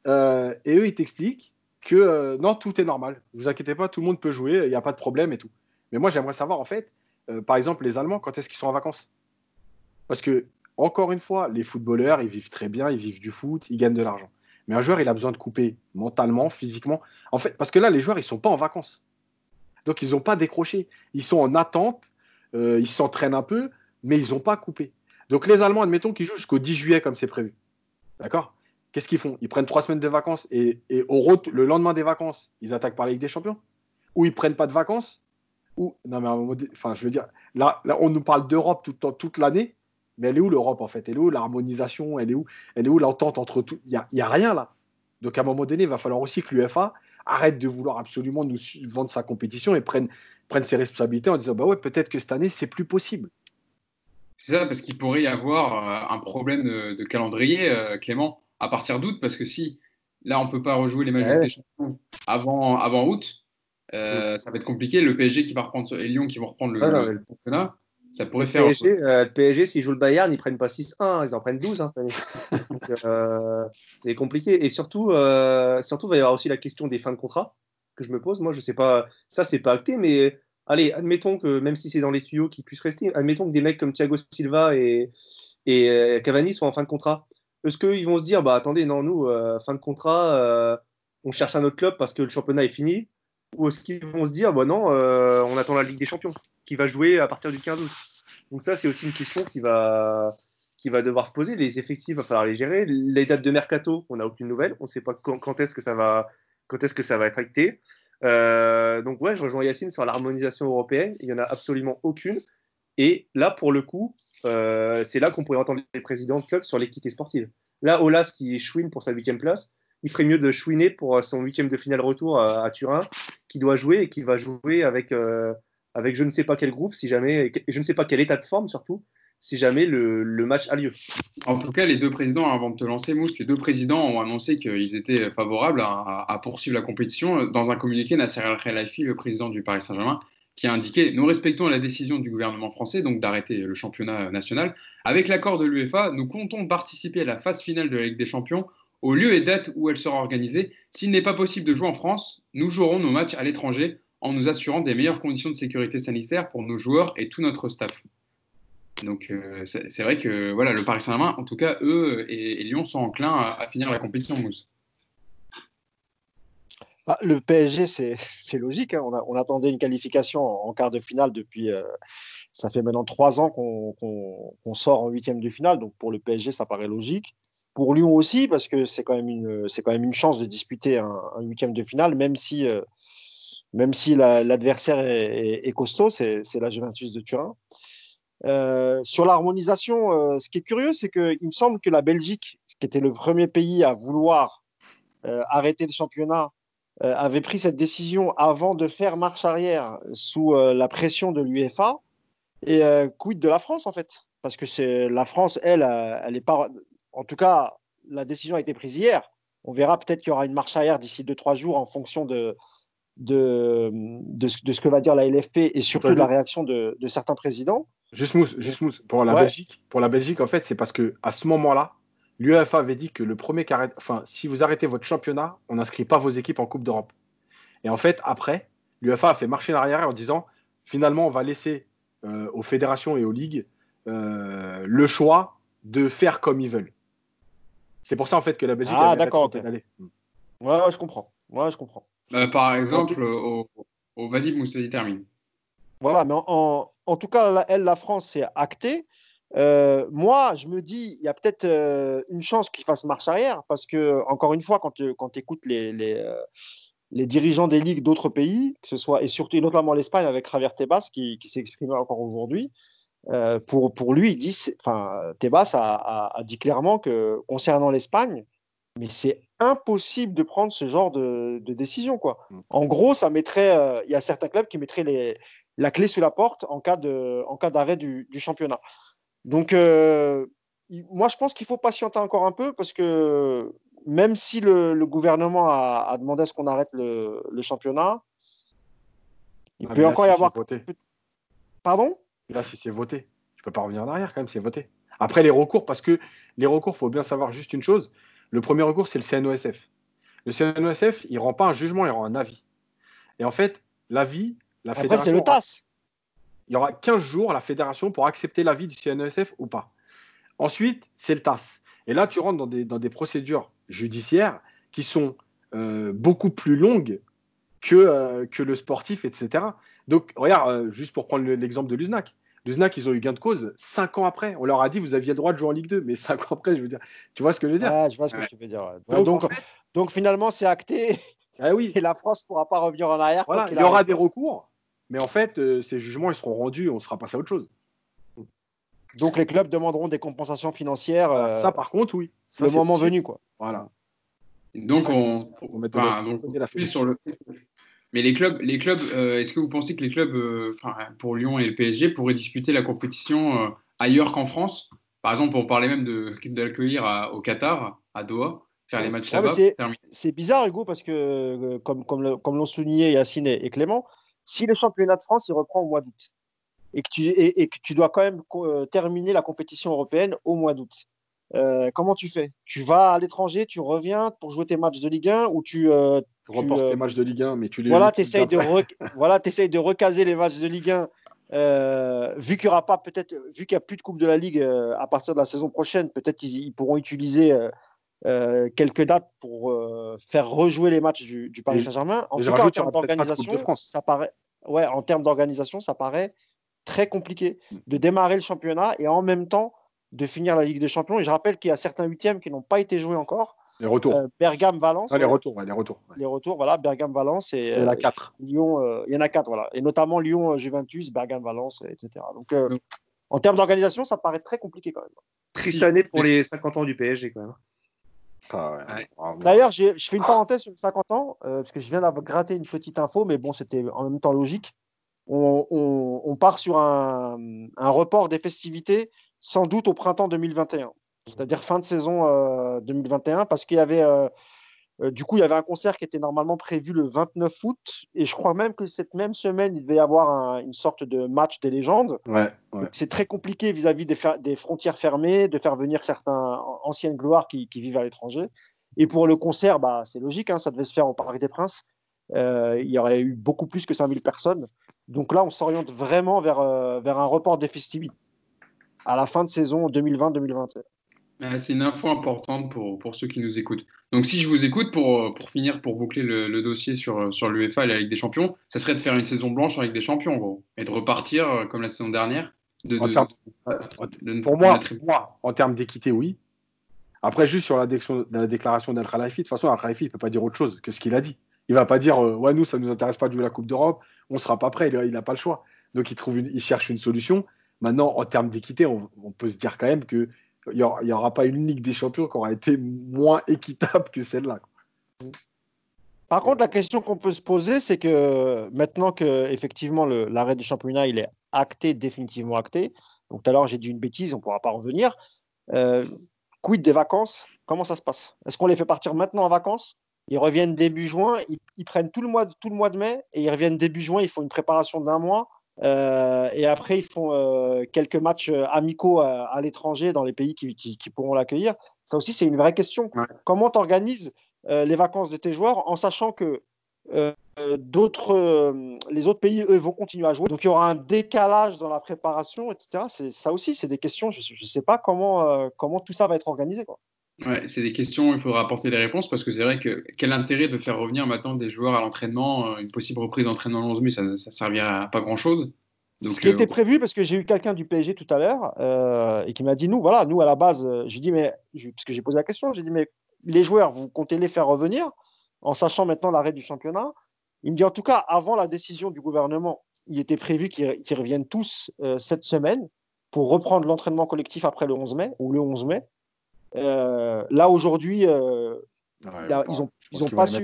Et eux, ils t'expliquent que non, tout est normal. Ne vous inquiétez pas, tout le monde peut jouer, il n'y a pas de problème et tout. Mais moi, j'aimerais savoir, en fait, par exemple, les Allemands, quand est-ce qu'ils sont en vacances? Parce que, encore une fois, les footballeurs, ils vivent très bien, ils vivent du foot, ils gagnent de l'argent. Mais un joueur, il a besoin de couper mentalement, physiquement. En fait, parce que là, les joueurs, ils ne sont pas en vacances. Donc, ils n'ont pas décroché. Ils sont en attente, ils s'entraînent un peu, mais ils n'ont pas coupé. Donc, les Allemands, admettons qu'ils jouent jusqu'au 10 juillet, comme c'est prévu. D'accord? Qu'est-ce qu'ils font? Ils prennent 3 semaines de vacances et le lendemain des vacances, ils attaquent par la Ligue des Champions? Ou ils ne prennent pas de vacances? Non, mais à un moment donné, je veux dire, là, on nous parle d'Europe toute l'année, mais elle est où l'Europe en fait? Elle est où l'harmonisation? Elle est où l'entente entre tout? Il n'y a rien là. Donc à un moment donné, il va falloir aussi que l'UEFA arrête de vouloir absolument nous vendre sa compétition et prenne ses responsabilités en disant bah ouais, peut-être que cette année, c'est plus possible. C'est ça, parce qu'il pourrait y avoir un problème de calendrier, Clément, à partir d'août, parce que si là, on ne peut pas rejouer les matchs de Ligue des Champions avant août, ça va être compliqué. Le PSG qui va reprendre et Lyon qui vont reprendre le championnat, ça pourrait faire. Le PSG, s'ils jouent le Bayern, ils ne prennent pas 6-1, ils en prennent 12 cette année. Donc, c'est compliqué. Et surtout, il va y avoir aussi la question des fins de contrat que je me pose. Moi, je ne sais pas, ça, c'est pas acté, mais allez, admettons que même si c'est dans les tuyaux qu'ils puissent rester, admettons que des mecs comme Thiago Silva et Cavani soient en fin de contrat. Est-ce qu'ils vont se dire, bah attendez, non, nous, fin de contrat, on cherche un autre club parce que le championnat est fini? Ou est-ce qu'ils vont se dire, bah non, on attend la Ligue des Champions, qui va jouer à partir du 15 août? Donc ça, c'est aussi une question qui va qui va devoir se poser. Les effectifs, il va falloir les gérer. Les dates de mercato, on n'a aucune nouvelle. On ne sait pas quand est-ce que ça va être acté. Donc ouais, je rejoins Yacine sur l'harmonisation européenne. Il n'y en a absolument aucune. Et là, pour le coup, c'est là qu'on pourrait entendre les présidents de clubs sur l'équité sportive. Là, Aulas qui chouine pour sa 8e place, il ferait mieux de chouiner pour son 8e de finale retour à Turin, qui doit jouer et qui va jouer avec je ne sais pas quel groupe, si jamais, je ne sais pas quel état de forme surtout, si jamais le match a lieu. En tout cas, les deux présidents, avant de te lancer, Mousse, les deux présidents ont annoncé qu'ils étaient favorables à poursuivre la compétition. Dans un communiqué, Nasser Al-Khelaifi, le président du Paris Saint-Germain, qui a indiqué: nous respectons la décision du gouvernement français, donc d'arrêter le championnat national. Avec l'accord de l'UEFA, nous comptons participer à la phase finale de la Ligue des Champions au lieu et date où elle sera organisée. S'il n'est pas possible de jouer en France, nous jouerons nos matchs à l'étranger en nous assurant des meilleures conditions de sécurité sanitaire pour nos joueurs et tout notre staff. Donc c'est vrai que voilà, le Paris Saint-Germain, en tout cas, eux et Lyon sont enclins à finir la compétition, Mousse. Le PSG, c'est logique. Hein. On attendait une qualification en quart de finale depuis. Ça fait maintenant 3 ans qu'on sort en 8e de finale. Donc pour le PSG, ça paraît logique. Pour Lyon aussi, parce que c'est quand même une chance de disputer un 8e de finale, même si l'adversaire est costaud, c'est la Juventus de Turin. Sur l'harmonisation, ce qui est curieux, c'est qu'il me semble que la Belgique, qui était le premier pays à vouloir arrêter le championnat, avait pris cette décision avant de faire marche arrière sous la pression de l'UEFA. Et quid de la France, en fait? Parce que la France, elle est pas. En tout cas, la décision a été prise hier. On verra peut-être qu'il y aura une marche arrière d'ici 2-3 jours en fonction de ce que va dire la LFP et surtout de la réaction de certains présidents. Juste mousse. Pour la Belgique, en fait, c'est parce qu'à ce moment-là, l'UEFA avait dit que le premier qui arrête, enfin, si vous arrêtez votre championnat, on n'inscrit pas vos équipes en Coupe d'Europe. Et en fait, après, l'UEFA a fait marcher en arrière en disant, finalement, on va laisser aux fédérations et aux ligues le choix de faire comme ils veulent. C'est pour ça, en fait, que la Belgique a d'accord, okay. Ouais, je comprends. Par exemple, vas-y, Moussa, termine. Voilà, mais en tout cas, la France, c'est acté. Moi, je me dis, il y a peut-être une chance qu'ils fassent marche arrière, parce que, encore une fois, quand tu écoutes les dirigeants des ligues d'autres pays, que ce soit, et surtout et notamment l'Espagne avec Javier Tebas, qui s'est exprimé encore aujourd'hui, pour lui, Tebas a dit clairement que concernant l'Espagne, mais c'est impossible de prendre ce genre de décision, quoi. En gros, ça mettrait, il y a certains clubs qui mettraient la clé sous la porte en cas d'arrêt du championnat. Donc, moi, je pense qu'il faut patienter encore un peu parce que même si le gouvernement a demandé à ce qu'on arrête le championnat, il peut encore y avoir. Pardon ? Là, si c'est voté, tu ne peux pas revenir en arrière quand même, c'est voté. Après, les recours, parce que les recours, il faut bien savoir juste une chose. Le premier recours, c'est le CNOSF. Le CNOSF, il ne rend pas un jugement, il rend un avis. Et en fait, l'avis, la Après, fédération. C'est le TAS. Il y aura 15 jours, la fédération, pour accepter l'avis du CNOSF ou pas. Ensuite, c'est le TAS. Et là, tu rentres dans des procédures judiciaires qui sont beaucoup plus longues que le sportif, etc. Donc, regarde, juste pour prendre l'exemple de l'USNAC. L'USNAC, ils ont eu gain de cause 5 ans après. On leur a dit, vous aviez le droit de jouer en Ligue 2. Mais 5 ans après, je veux dire, tu vois ce que je veux dire ? Je vois ce que tu veux dire. Ouais. Donc, finalement, c'est acté. Oui. Et la France ne pourra pas revenir en arrière. Voilà, il y aura des recours. Mais en fait, ces jugements, ils seront rendus et on sera passé à autre chose. Donc, les clubs demanderont des compensations financières. Ça, par contre, oui. Ça, le moment venu, quoi. Voilà. Donc, sur le. Mais les clubs, est-ce que vous pensez que les clubs, pour Lyon et le PSG, pourraient disputer la compétition ailleurs qu'en France ? Par exemple, on parlait même d'accueillir au Qatar, à Doha, faire les matchs là-bas. C'est bizarre, Hugo, parce que, comme l'ont souligné Yacine et Clément, si le championnat de France il reprend au mois d'août et que tu dois quand même terminer la compétition européenne au mois d'août, comment tu fais ? Tu vas à l'étranger, tu reviens pour jouer tes matchs de Ligue 1 ou tu reportes tes matchs de Ligue 1, mais tu les tu essayes de recaser les matchs de Ligue 1 vu qu'il n'y a plus de Coupe de la Ligue à partir de la saison prochaine, peut-être ils pourront utiliser quelques dates pour faire rejouer les matchs du Paris Saint-Germain. En tout cas, en termes d'organisation, ça paraît très compliqué de démarrer le championnat et en même temps de finir la Ligue des Champions. Et je rappelle qu'il y a certains huitièmes qui n'ont pas été joués encore. Les retours. Bergame-Valence. Les retours, ouais, les retours. Ouais. Les retours, voilà, Bergame-Valence et il y en a 4. Lyon. Il y en a 4, voilà. Et notamment Lyon-Juventus, Bergame-Valance, etc. Donc, en termes d'organisation, ça paraît très compliqué quand même. Triste année pour les 50 ans du PSG quand même. Ouais. D'ailleurs, je fais une parenthèse sur les 50 ans, parce que je viens d'avoir gratté une petite info, mais bon, c'était en même temps logique. On part sur un report des festivités, sans doute au printemps 2021, c'est-à-dire fin de saison 2021, parce qu'il y avait, du coup, il y avait un concert qui était normalement prévu le 29 août, et je crois même que cette même semaine, il devait y avoir une sorte de match des légendes. Ouais. Donc, c'est très compliqué vis-à-vis des frontières fermées, de faire venir certains anciennes gloires qui vivent à l'étranger. Et pour le concert, c'est logique, hein, ça devait se faire au Parc des Princes. Il y aurait eu beaucoup plus que 5000 personnes. Donc là, on s'oriente vraiment vers un report des festivités à la fin de saison 2020-2021. C'est une info importante pour ceux qui nous écoutent. Donc, si je vous écoute, pour finir, pour boucler le dossier sur l'UEFA et la Ligue des Champions, ça serait de faire une saison blanche en Ligue des Champions, gros, et de repartir comme la saison dernière. Pour moi, en termes d'équité, oui. Après, juste sur la déclaration d'Al Khelaifi, de toute façon, Al Khelaifi, il ne peut pas dire autre chose que ce qu'il a dit. Il ne va pas dire ouais, nous, ça ne nous intéresse pas de jouer la Coupe d'Europe, on ne sera pas prêt, il n'a pas le choix. Donc, il cherche une solution. Maintenant, en termes d'équité, on peut se dire quand même qu'il n'y aura pas une Ligue des Champions qui aura été moins équitable que celle-là. Par contre, la question qu'on peut se poser, c'est que maintenant que effectivement l'arrêt du championnat il est acté, définitivement acté, donc tout à l'heure j'ai dit une bêtise, on ne pourra pas revenir. Quid des vacances? Comment ça se passe? Est-ce qu'on les fait partir maintenant en vacances? Ils reviennent début juin, ils prennent tout le mois de mai et ils reviennent début juin, ils font une préparation d'un mois et après ils font quelques matchs amicaux à l'étranger dans les pays qui pourront l'accueillir. Ça aussi, c'est une vraie question. Ouais. Comment tu organises les vacances de tes joueurs en sachant que les autres pays, eux, vont continuer à jouer. Donc, il y aura un décalage dans la préparation, etc. Ça aussi, c'est des questions. Je ne sais pas comment tout ça va être organisé, quoi. Ouais, c'est des questions, il faudra apporter les réponses parce que c'est vrai que quel intérêt de faire revenir maintenant des joueurs à l'entraînement, une possible reprise d'entraînement en 11 mai, ça ne servira à pas grand-chose. Donc, ce qui était prévu, parce que j'ai eu quelqu'un du PSG tout à l'heure et qui m'a dit, nous, à la base, j'ai dit, parce que j'ai posé la question, j'ai dit, mais les joueurs, vous comptez les faire revenir en sachant maintenant l'arrêt du championnat? Il me dit en tout cas, avant la décision du gouvernement, il était prévu qu'ils reviennent tous cette semaine pour reprendre l'entraînement collectif après le 11 mai ou le 11 mai. Là, aujourd'hui, ils n'ont pas su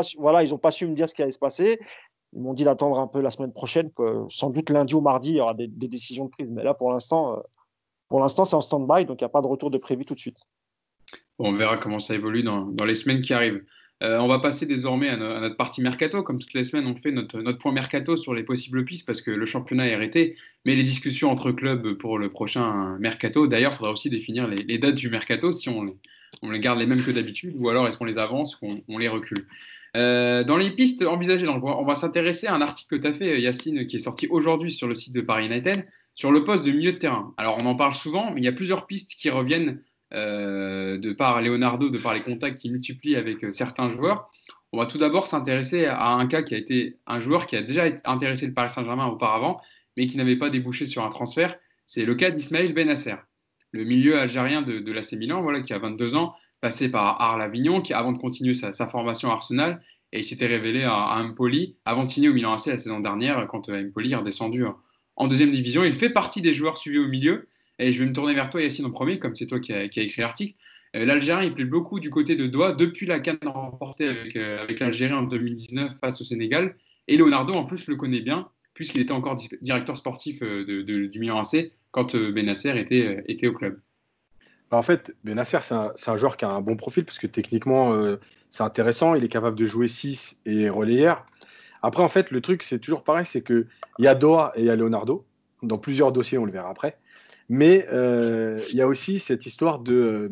me dire ce qui allait se passer. Ils m'ont dit d'attendre un peu la semaine prochaine. Sans doute lundi ou mardi, il y aura des décisions de prise. Mais là, pour l'instant, c'est en stand-by, donc il n'y a pas de retour de prévu tout de suite. Bon, on verra comment ça évolue dans les semaines qui arrivent. On va passer désormais à notre partie mercato. Comme toutes les semaines, on fait notre point mercato sur les possibles pistes parce que le championnat est arrêté. Mais les discussions entre clubs pour le prochain mercato, d'ailleurs, il faudra aussi définir les dates du mercato, si on les garde les mêmes que d'habitude ou alors est-ce qu'on les avance ou qu'on les recule. Dans les pistes envisagées, donc, on va s'intéresser à un article que tu as fait, Yacine, qui est sorti aujourd'hui sur le site de Paris United, sur le poste de milieu de terrain. Alors, on en parle souvent, mais il y a plusieurs pistes qui reviennent de par Leonardo, de par les contacts qu'il multiplie avec certains joueurs. On va tout d'abord s'intéresser à un cas qui a été un joueur qui a déjà intéressé le Paris Saint-Germain auparavant, mais qui n'avait pas débouché sur un transfert. C'est le cas d'Ismaël Benasser, le milieu algérien de l'AC Milan, voilà, qui a 22 ans, passé par Arles Avignon, qui avant de continuer sa formation à Arsenal, et il s'était révélé à Empoli avant de signer au Milan AC la saison dernière, quand Empoli est redescendu en deuxième division. Il fait partie des joueurs suivis au milieu. Et je vais me tourner vers toi, Yacine, en premier, comme c'est toi qui a écrit l'article. L'Algérien, il plaît beaucoup du côté de Doha depuis la CAN remportée avec l'Algérie en 2019 face au Sénégal. Et Leonardo, en plus, le connaît bien, puisqu'il était encore directeur sportif du Milan AC quand Benasser était au club. En fait, Benasser, c'est un joueur qui a un bon profil, parce que techniquement, c'est intéressant. Il est capable de jouer 6 et relayeur. Après, en fait, le truc, c'est toujours pareil, c'est qu'il y a Doha et il y a Leonardo. Dans plusieurs dossiers, on le verra après. Mais il y a aussi cette histoire de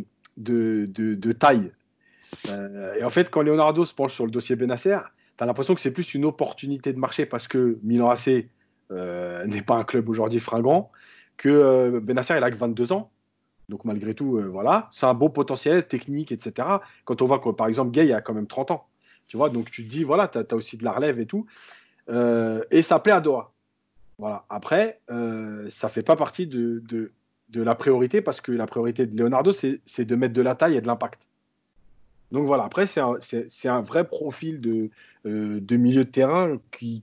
taille. Et en fait, quand Leonardo se penche sur le dossier Benasser, tu as l'impression que c'est plus une opportunité de marché parce que Milan AC n'est pas un club aujourd'hui fringant, que Benasser, il a que 22 ans. Donc malgré tout, voilà, c'est un beau potentiel technique, etc. Quand on voit que, par exemple, Gay a quand même 30 ans. Tu vois, donc tu te dis, voilà, tu as aussi de la relève et tout. Et ça plaît à Doha. Voilà. Après, ça ne fait pas partie de de la priorité, parce que la priorité de Leonardo, c'est de mettre de la taille et de l'impact. Donc voilà, après, c'est un vrai profil de milieu de terrain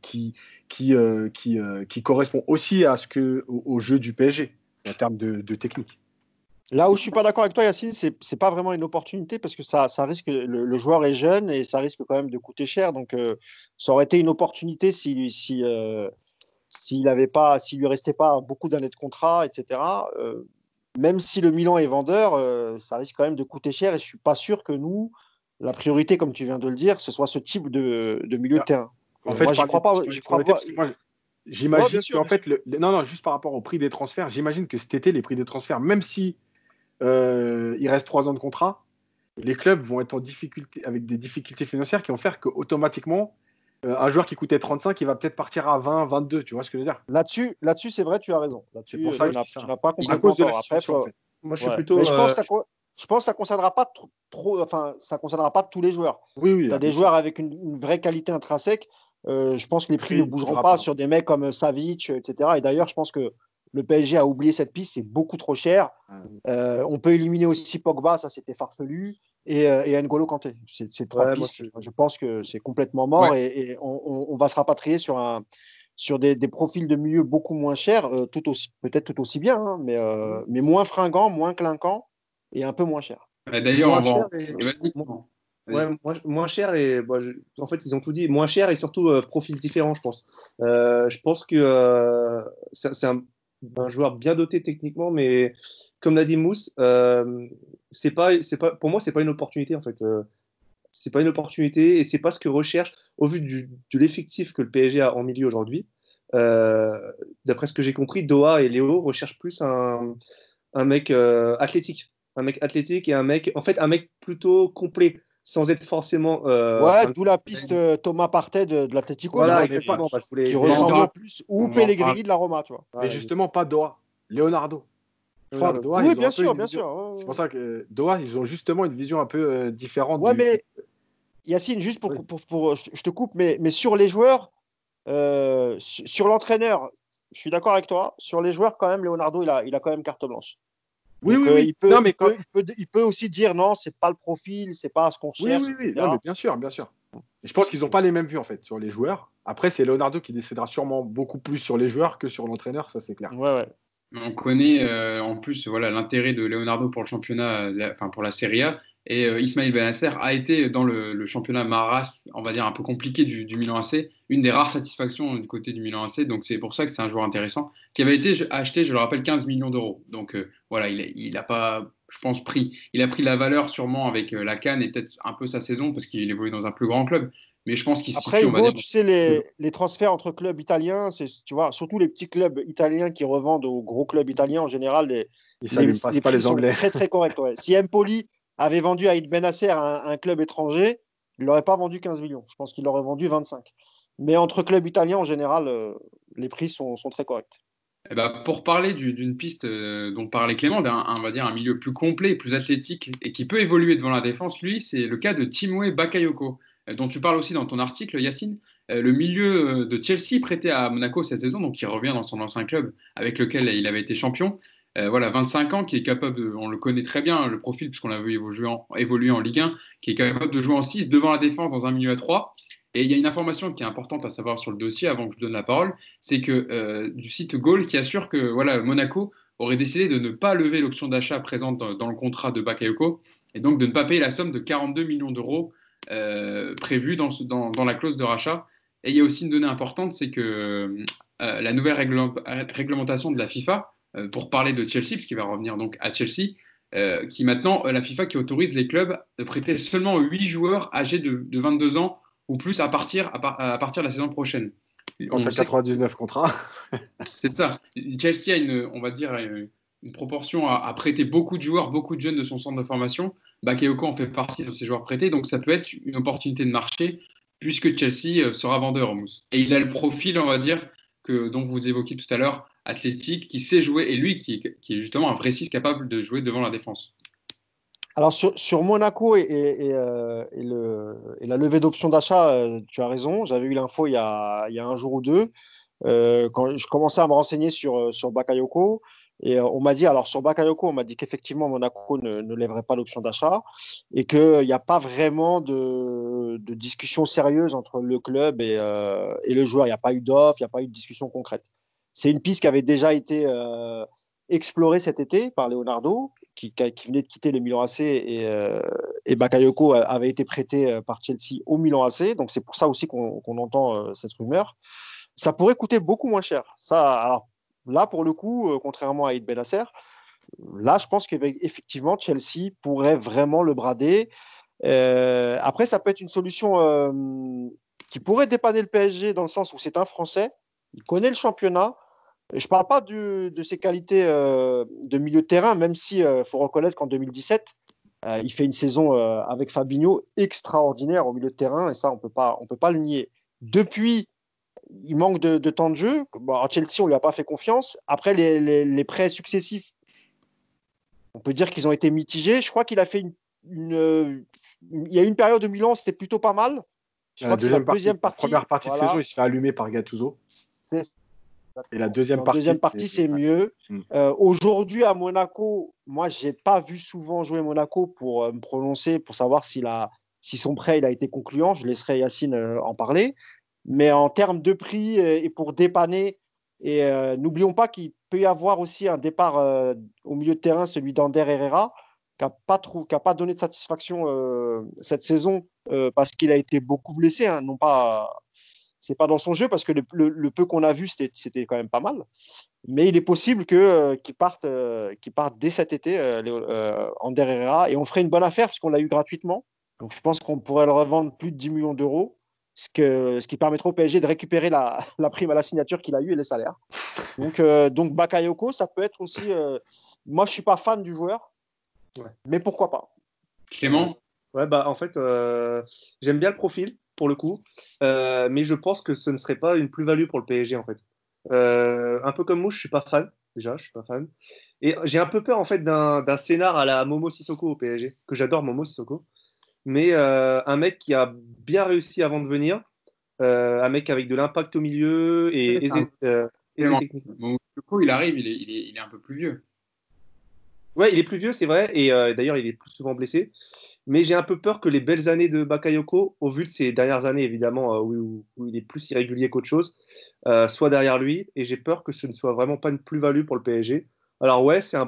qui correspond aussi au jeu du PSG en termes de technique. Là où je ne suis pas d'accord avec toi, Yacine, ce n'est pas vraiment une opportunité parce que ça risque, le joueur est jeune et ça risque quand même de coûter cher. Donc, ça aurait été une opportunité s'il lui restait pas beaucoup d'années de contrat, etc. Même si le Milan est vendeur, ça risque quand même de coûter cher et je ne suis pas sûr que nous, la priorité, comme tu viens de le dire, ce soit ce type de milieu de terrain. En fait, moi, j'y crois pas. J'imagine bien sûr, qu'en fait, non, juste par rapport au prix des transferts, j'imagine que cet été, les prix des transferts, même si il reste 3 ans de contrat, les clubs vont être en difficulté, avec des difficultés financières qui vont faire qu'automatiquement, un joueur qui coûtait 35, il va peut-être partir à 20, 22, tu vois ce que je veux dire? Là-dessus, c'est vrai, tu as raison. C'est Là-dessus, pour ça que tu n'as pas à complètement cause de la tort. situation, Après, en fait. Moi, je suis ouais. plutôt. Mais je pense que ça concernera pas trop. Enfin, ça concernera pas tous les joueurs. Oui, Tu as des joueurs avec une vraie qualité intrinsèque. Je pense que les prix ne bougeront pas sur des mecs comme Savic, etc. Et d'ailleurs, je pense que le PSG a oublié cette piste. C'est beaucoup trop cher. On peut éliminer aussi Pogba, ça c'était farfelu, et N'Golo Kanté. C'est 3 pistes. Je pense que c'est complètement mort et on va se rapatrier sur des profils de milieu beaucoup moins chers, peut-être tout aussi bien, hein, mais moins fringants, moins clinquants et un peu moins chers. D'ailleurs, moins cher et moins cher et en fait ils ont tout dit, moins cher et surtout profil différent, je pense. Je pense que c'est un joueur bien doté techniquement, mais comme l'a dit Mousse, c'est pas pour moi c'est pas une opportunité en fait. C'est pas une opportunité et c'est pas ce que recherche au vu de l'effectif que le PSG a en milieu aujourd'hui. D'après ce que j'ai compris, Doha et Léo recherchent plus un mec athlétique. Un mec athlétique et un mec plutôt complet, sans être forcément. D'où la piste Thomas Partey de l'Atlético, voilà, qui ressemble plus, ou Pellegrini de la Roma, tu vois. Mais justement, pas Doha, Leonardo. Je crois que Doha, oui, bien sûr. C'est pour ça que Doha, ils ont justement une vision un peu différente. Ouais, mais Yacine, juste je te coupe, mais sur les joueurs, sur l'entraîneur, je suis d'accord avec toi. Sur les joueurs, quand même, Leonardo, il a quand même carte blanche. Oui, donc, oui. Il peut aussi dire non, c'est pas le profil, c'est pas ce qu'on cherche. Oui. Non, mais bien sûr. Je pense qu'ils n'ont pas les mêmes vues en fait sur les joueurs. Après, c'est Leonardo qui décidera sûrement beaucoup plus sur les joueurs que sur l'entraîneur, ça c'est clair. Ouais. On connaît en plus l'intérêt de Leonardo pour le championnat, pour la Serie A. Et Ismaïl Bennacer a été dans le championnat Maras, on va dire un peu compliqué du Milan AC, une des rares satisfactions du côté du Milan AC. Donc c'est pour ça que c'est un joueur intéressant qui avait été acheté, je le rappelle, 15 millions d'euros. Donc il a pas, je pense, il a pris la valeur sûrement avec la CAN et peut-être un peu sa saison parce qu'il évolue dans un plus grand club. Mais je pense qu'il se situe, on va dire. Tu sais, les transferts entre clubs italiens, tu vois, surtout les petits clubs italiens qui revendent aux gros clubs italiens en général, les prix sont très très corrects. Ouais. Si Empoli avait vendu Aïd Bennacer à un club étranger, il ne l'aurait pas vendu 15 millions. Je pense qu'il l'aurait vendu 25. Mais entre clubs italiens, en général, les prix sont très corrects. Eh ben, pour parler d'une piste dont parlait Clément, on va dire un milieu plus complet, plus athlétique et qui peut évoluer devant la défense, lui, c'est le cas de Timoué Bakayoko, dont tu parles aussi dans ton article, Yacine. Le milieu de Chelsea prêté à Monaco cette saison, donc qui revient dans son ancien club avec lequel il avait été champion. 25 ans, qui est capable, on le connaît très bien, le profil, puisqu'on l'a vu évoluer en Ligue 1, qui est capable de jouer en 6 devant la défense dans un milieu à 3. Et il y a une information qui est importante à savoir sur le dossier avant que je donne la parole, c'est que du site Goal qui assure que Monaco aurait décidé de ne pas lever l'option d'achat présente dans le contrat de Bakayoko et donc de ne pas payer la somme de 42 millions d'euros prévue dans la clause de rachat. Et il y a aussi une donnée importante, c'est que la nouvelle réglementation de la FIFA, pour parler de Chelsea, puisqu'il va revenir donc à Chelsea, qui maintenant, la FIFA qui autorise les clubs de prêter seulement 8 joueurs âgés de 22 ans ou plus à partir de la saison prochaine. Quand tu as 99 contrats. C'est ça. Chelsea a on va dire, une proportion à prêter beaucoup de joueurs, beaucoup de jeunes de son centre de formation. Bakayoko en fait partie de ces joueurs prêtés, donc ça peut être une opportunité de marché puisque Chelsea sera vendeur en mousse. Et il a le profil, on va dire, dont vous évoquiez tout à l'heure, athlétique, qui sait jouer, et lui qui est justement un vrai 6 capable de jouer devant la défense. Alors sur Monaco et la levée d'option d'achat, tu as raison. J'avais eu l'info il y a un jour ou deux. Quand je commençais à me renseigner sur Bakayoko, Et on m'a dit, alors sur Bakayoko, on m'a dit qu'effectivement Monaco ne lèverait pas l'option d'achat et qu'il n'y a pas vraiment de discussion sérieuse entre le club et le joueur. Il n'y a pas eu d'offre, il n'y a pas eu de discussion concrète. C'est une piste qui avait déjà été explorée cet été par Leonardo, qui venait de quitter le Milan AC et Bakayoko avait été prêté par Chelsea au Milan AC. Donc c'est pour ça aussi qu'on entend cette rumeur. Ça pourrait coûter beaucoup moins cher. Ça, alors, là, pour le coup, contrairement à Aïd Benasser, là, je pense qu'effectivement, Chelsea pourrait vraiment le brader. Après, ça peut être une solution qui pourrait dépanner le PSG dans le sens où c'est un Français, il connaît le championnat. Je ne parle pas de ses qualités de milieu de terrain, même si faut reconnaître qu'en 2017, il fait une saison avec Fabinho extraordinaire au milieu de terrain, et ça, on peut pas le nier. Depuis, il manque de temps de jeu. Bon, à Chelsea, on ne lui a pas fait confiance. Après, les prêts successifs, on peut dire qu'ils ont été mitigés. Je crois qu'il a fait il y a une période de Milan, c'était plutôt pas mal. Je crois que c'est la deuxième partie. La première partie voilà. de saison, il se fait allumer par Gattuso. Et la deuxième partie, c'est mieux. Aujourd'hui, à Monaco, moi, je n'ai pas vu souvent jouer Monaco pour me prononcer, pour savoir si son prêt il a été concluant. Je laisserai Yacine en parler. Mais en termes de prix et pour dépanner, et n'oublions pas qu'il peut y avoir aussi un départ au milieu de terrain, celui d'Ander Herrera, qui n'a pas donné de satisfaction cette saison parce qu'il a été beaucoup blessé. Hein, non pas, c'est pas dans son jeu parce que le peu qu'on a vu, c'était quand même pas mal. Mais il est possible qu'il parte dès cet été, Ander Herrera, et on ferait une bonne affaire parce qu'on l'a eu gratuitement. Donc je pense qu'on pourrait le revendre plus de 10 millions d'euros. Ce qui permettra au PSG de récupérer la prime à la signature qu'il a eue et les salaires. Donc Bakayoko, ça peut être aussi. Moi, je ne suis pas fan du joueur, mais pourquoi pas. Clément? Ouais, bah, en fait, j'aime bien le profil, pour le coup, mais je pense que ce ne serait pas une plus-value pour le PSG, en fait. Un peu comme moi, je ne suis pas fan, déjà, je ne suis pas fan. Et j'ai un peu peur, en fait, d'un scénar à la Momo Sissoko au PSG, que j'adore, Momo Sissoko. Mais un mec qui a bien réussi avant de venir, un mec avec de l'impact au milieu et aisé technique. Bon, du coup, il arrive, il est un peu plus vieux. Ouais, il est plus vieux, c'est vrai, et d'ailleurs, il est plus souvent blessé. Mais j'ai un peu peur que les belles années de Bakayoko, au vu de ses dernières années, évidemment, où il est plus irrégulier qu'autre chose, soient derrière lui, et j'ai peur que ce ne soit vraiment pas une plus-value pour le PSG. Alors ouais, c'est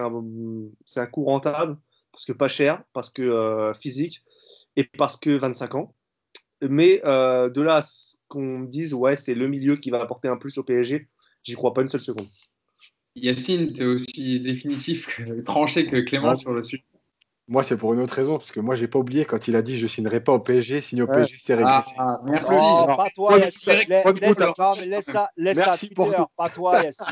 un coup rentable, parce que pas cher, parce que physique, et parce que 25 ans. Mais de là à ce qu'on me dise, ouais, c'est le milieu qui va apporter un plus au PSG, j'y crois pas une seule seconde. Yacine, tu es aussi définitif, tranché que Clément sur le sujet. Moi, c'est pour une autre raison, parce que moi, j'ai pas oublié quand il a dit je signerai pas au PSG, signe au PSG, c'est régressé. Merci. Oh, pas toi, Yacine. Laisse ça, Merci pour Twitter. tout. Pas toi, Yacine.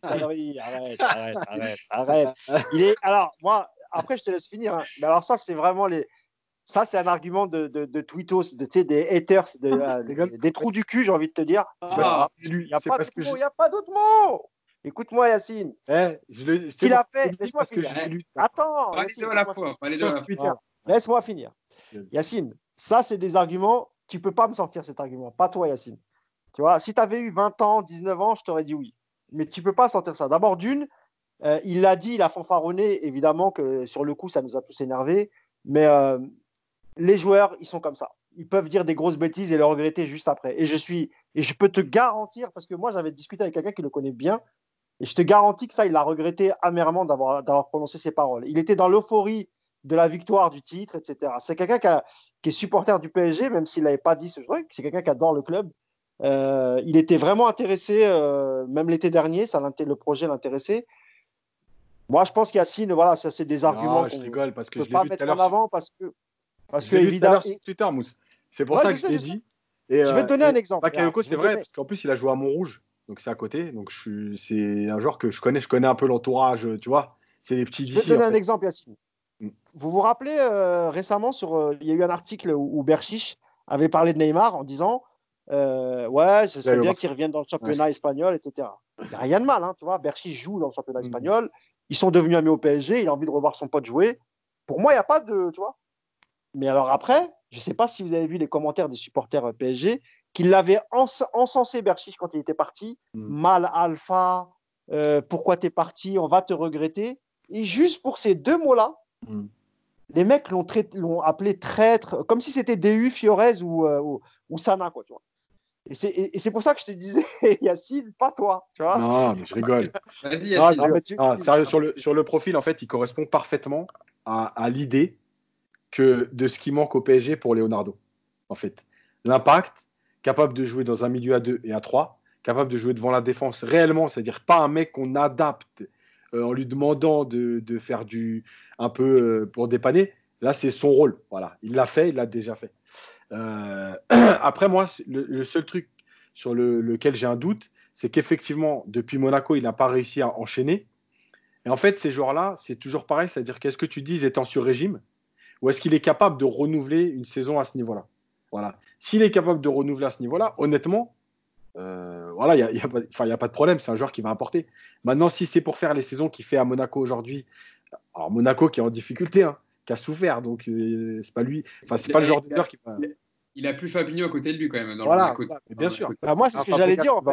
Arrête. Alors, moi, après, je te laisse finir. Hein. Mais alors, ça, c'est vraiment Ça, c'est un argument de tweetos, des haters, des trous du cul, j'ai envie de te dire. Il n'y a pas d'autre mot. Écoute-moi, Yacine. Il a fait. Laisse-moi finir. Attends. Pas les deux à la fois. Laisse-moi finir. Yacine, ça, c'est des arguments. Tu ne peux pas me sortir cet argument. Pas toi, Yacine. Tu vois, si tu avais eu 20 ans, 19 ans, je t'aurais dit oui. Mais tu ne peux pas sortir ça. D'abord, il l'a dit, il a fanfaronné. Évidemment que sur le coup, ça nous a tous énervés. Mais les joueurs, ils sont comme ça. Ils peuvent dire des grosses bêtises et le regretter juste après. Et je peux te garantir, parce que moi, j'avais discuté avec quelqu'un qui le connaît bien, et je te garantis que ça, il l'a regretté amèrement d'avoir prononcé ces paroles. Il était dans l'euphorie de la victoire du titre, etc. C'est quelqu'un qui est supporter du PSG, même s'il n'avait pas dit ce jour. C'est quelqu'un qui adore le club. Il était vraiment intéressé, même l'été dernier, le projet l'intéressait. Moi, je pense qu'Yacine, voilà, ça, c'est des arguments je rigole parce que je ne peux pas mettre en avant parce que évidemment. Sur Twitter, Mousse. C'est pour ça que je l'ai dit. Et, je vais te donner un exemple. Bakayoko, c'est vrai, parce qu'en plus, il a joué à Montrouge. Donc c'est à côté, donc c'est un joueur que je connais un peu l'entourage, tu vois. C'est des petits. Je vais te donner un exemple, Yacine. Vous vous rappelez récemment il y a eu un article où Berchiche avait parlé de Neymar en disant ouais, ce serait bien qu'il revienne dans le championnat espagnol, etc. Il n'y a rien de mal, hein, tu vois. Berchiche joue dans le championnat espagnol. Ils sont devenus amis au PSG. Il a envie de revoir son pote jouer. Pour moi, il n'y a pas de, tu vois. Mais alors après, je ne sais pas si vous avez vu les commentaires des supporters PSG qui l'avaient encensé Berchiche quand il était parti. Mal alpha, pourquoi tu es parti, on va te regretter. Et juste pour ces 2 mots-là, les mecs l'ont appelé traître, comme si c'était DU, Fiorez ou Sana, quoi, tu vois. Et c'est pour ça que je te disais, Yacine, pas toi, tu vois. Non, mais je rigole. Vas-y, Non, Yacine. sérieux, sur le profil, en fait, il correspond parfaitement à l'idée de ce qui manque au PSG pour Leonardo. En fait, l'impact, capable de jouer dans un milieu à 2 et à 3, capable de jouer devant la défense réellement, c'est-à-dire pas un mec qu'on adapte en lui demandant de faire un peu pour dépanner. Là, c'est son rôle. Voilà, il l'a fait, il l'a déjà fait. Après, moi, le seul truc sur lequel j'ai un doute, c'est qu'effectivement, depuis Monaco, il n'a pas réussi à enchaîner. Et en fait, ces joueurs-là, c'est toujours pareil, c'est-à-dire qu'est-ce que tu dis étant sur régime, ou est-ce qu'il est capable de renouveler une saison à ce niveau-là? Voilà. S'il est capable de renouveler à ce niveau-là, honnêtement, voilà, il n'y a pas de problème, c'est un joueur qui va apporter. Maintenant, si c'est pour faire les saisons qu'il fait à Monaco aujourd'hui, alors Monaco qui est en difficulté, hein, qui a souffert, donc c'est pas lui, enfin c'est pas le genre de joueur qui va. Il a plus Fabinho à côté de lui quand même dans voilà, le Monaco. bien sûr. Moi, c'est ce que j'allais dire en fait.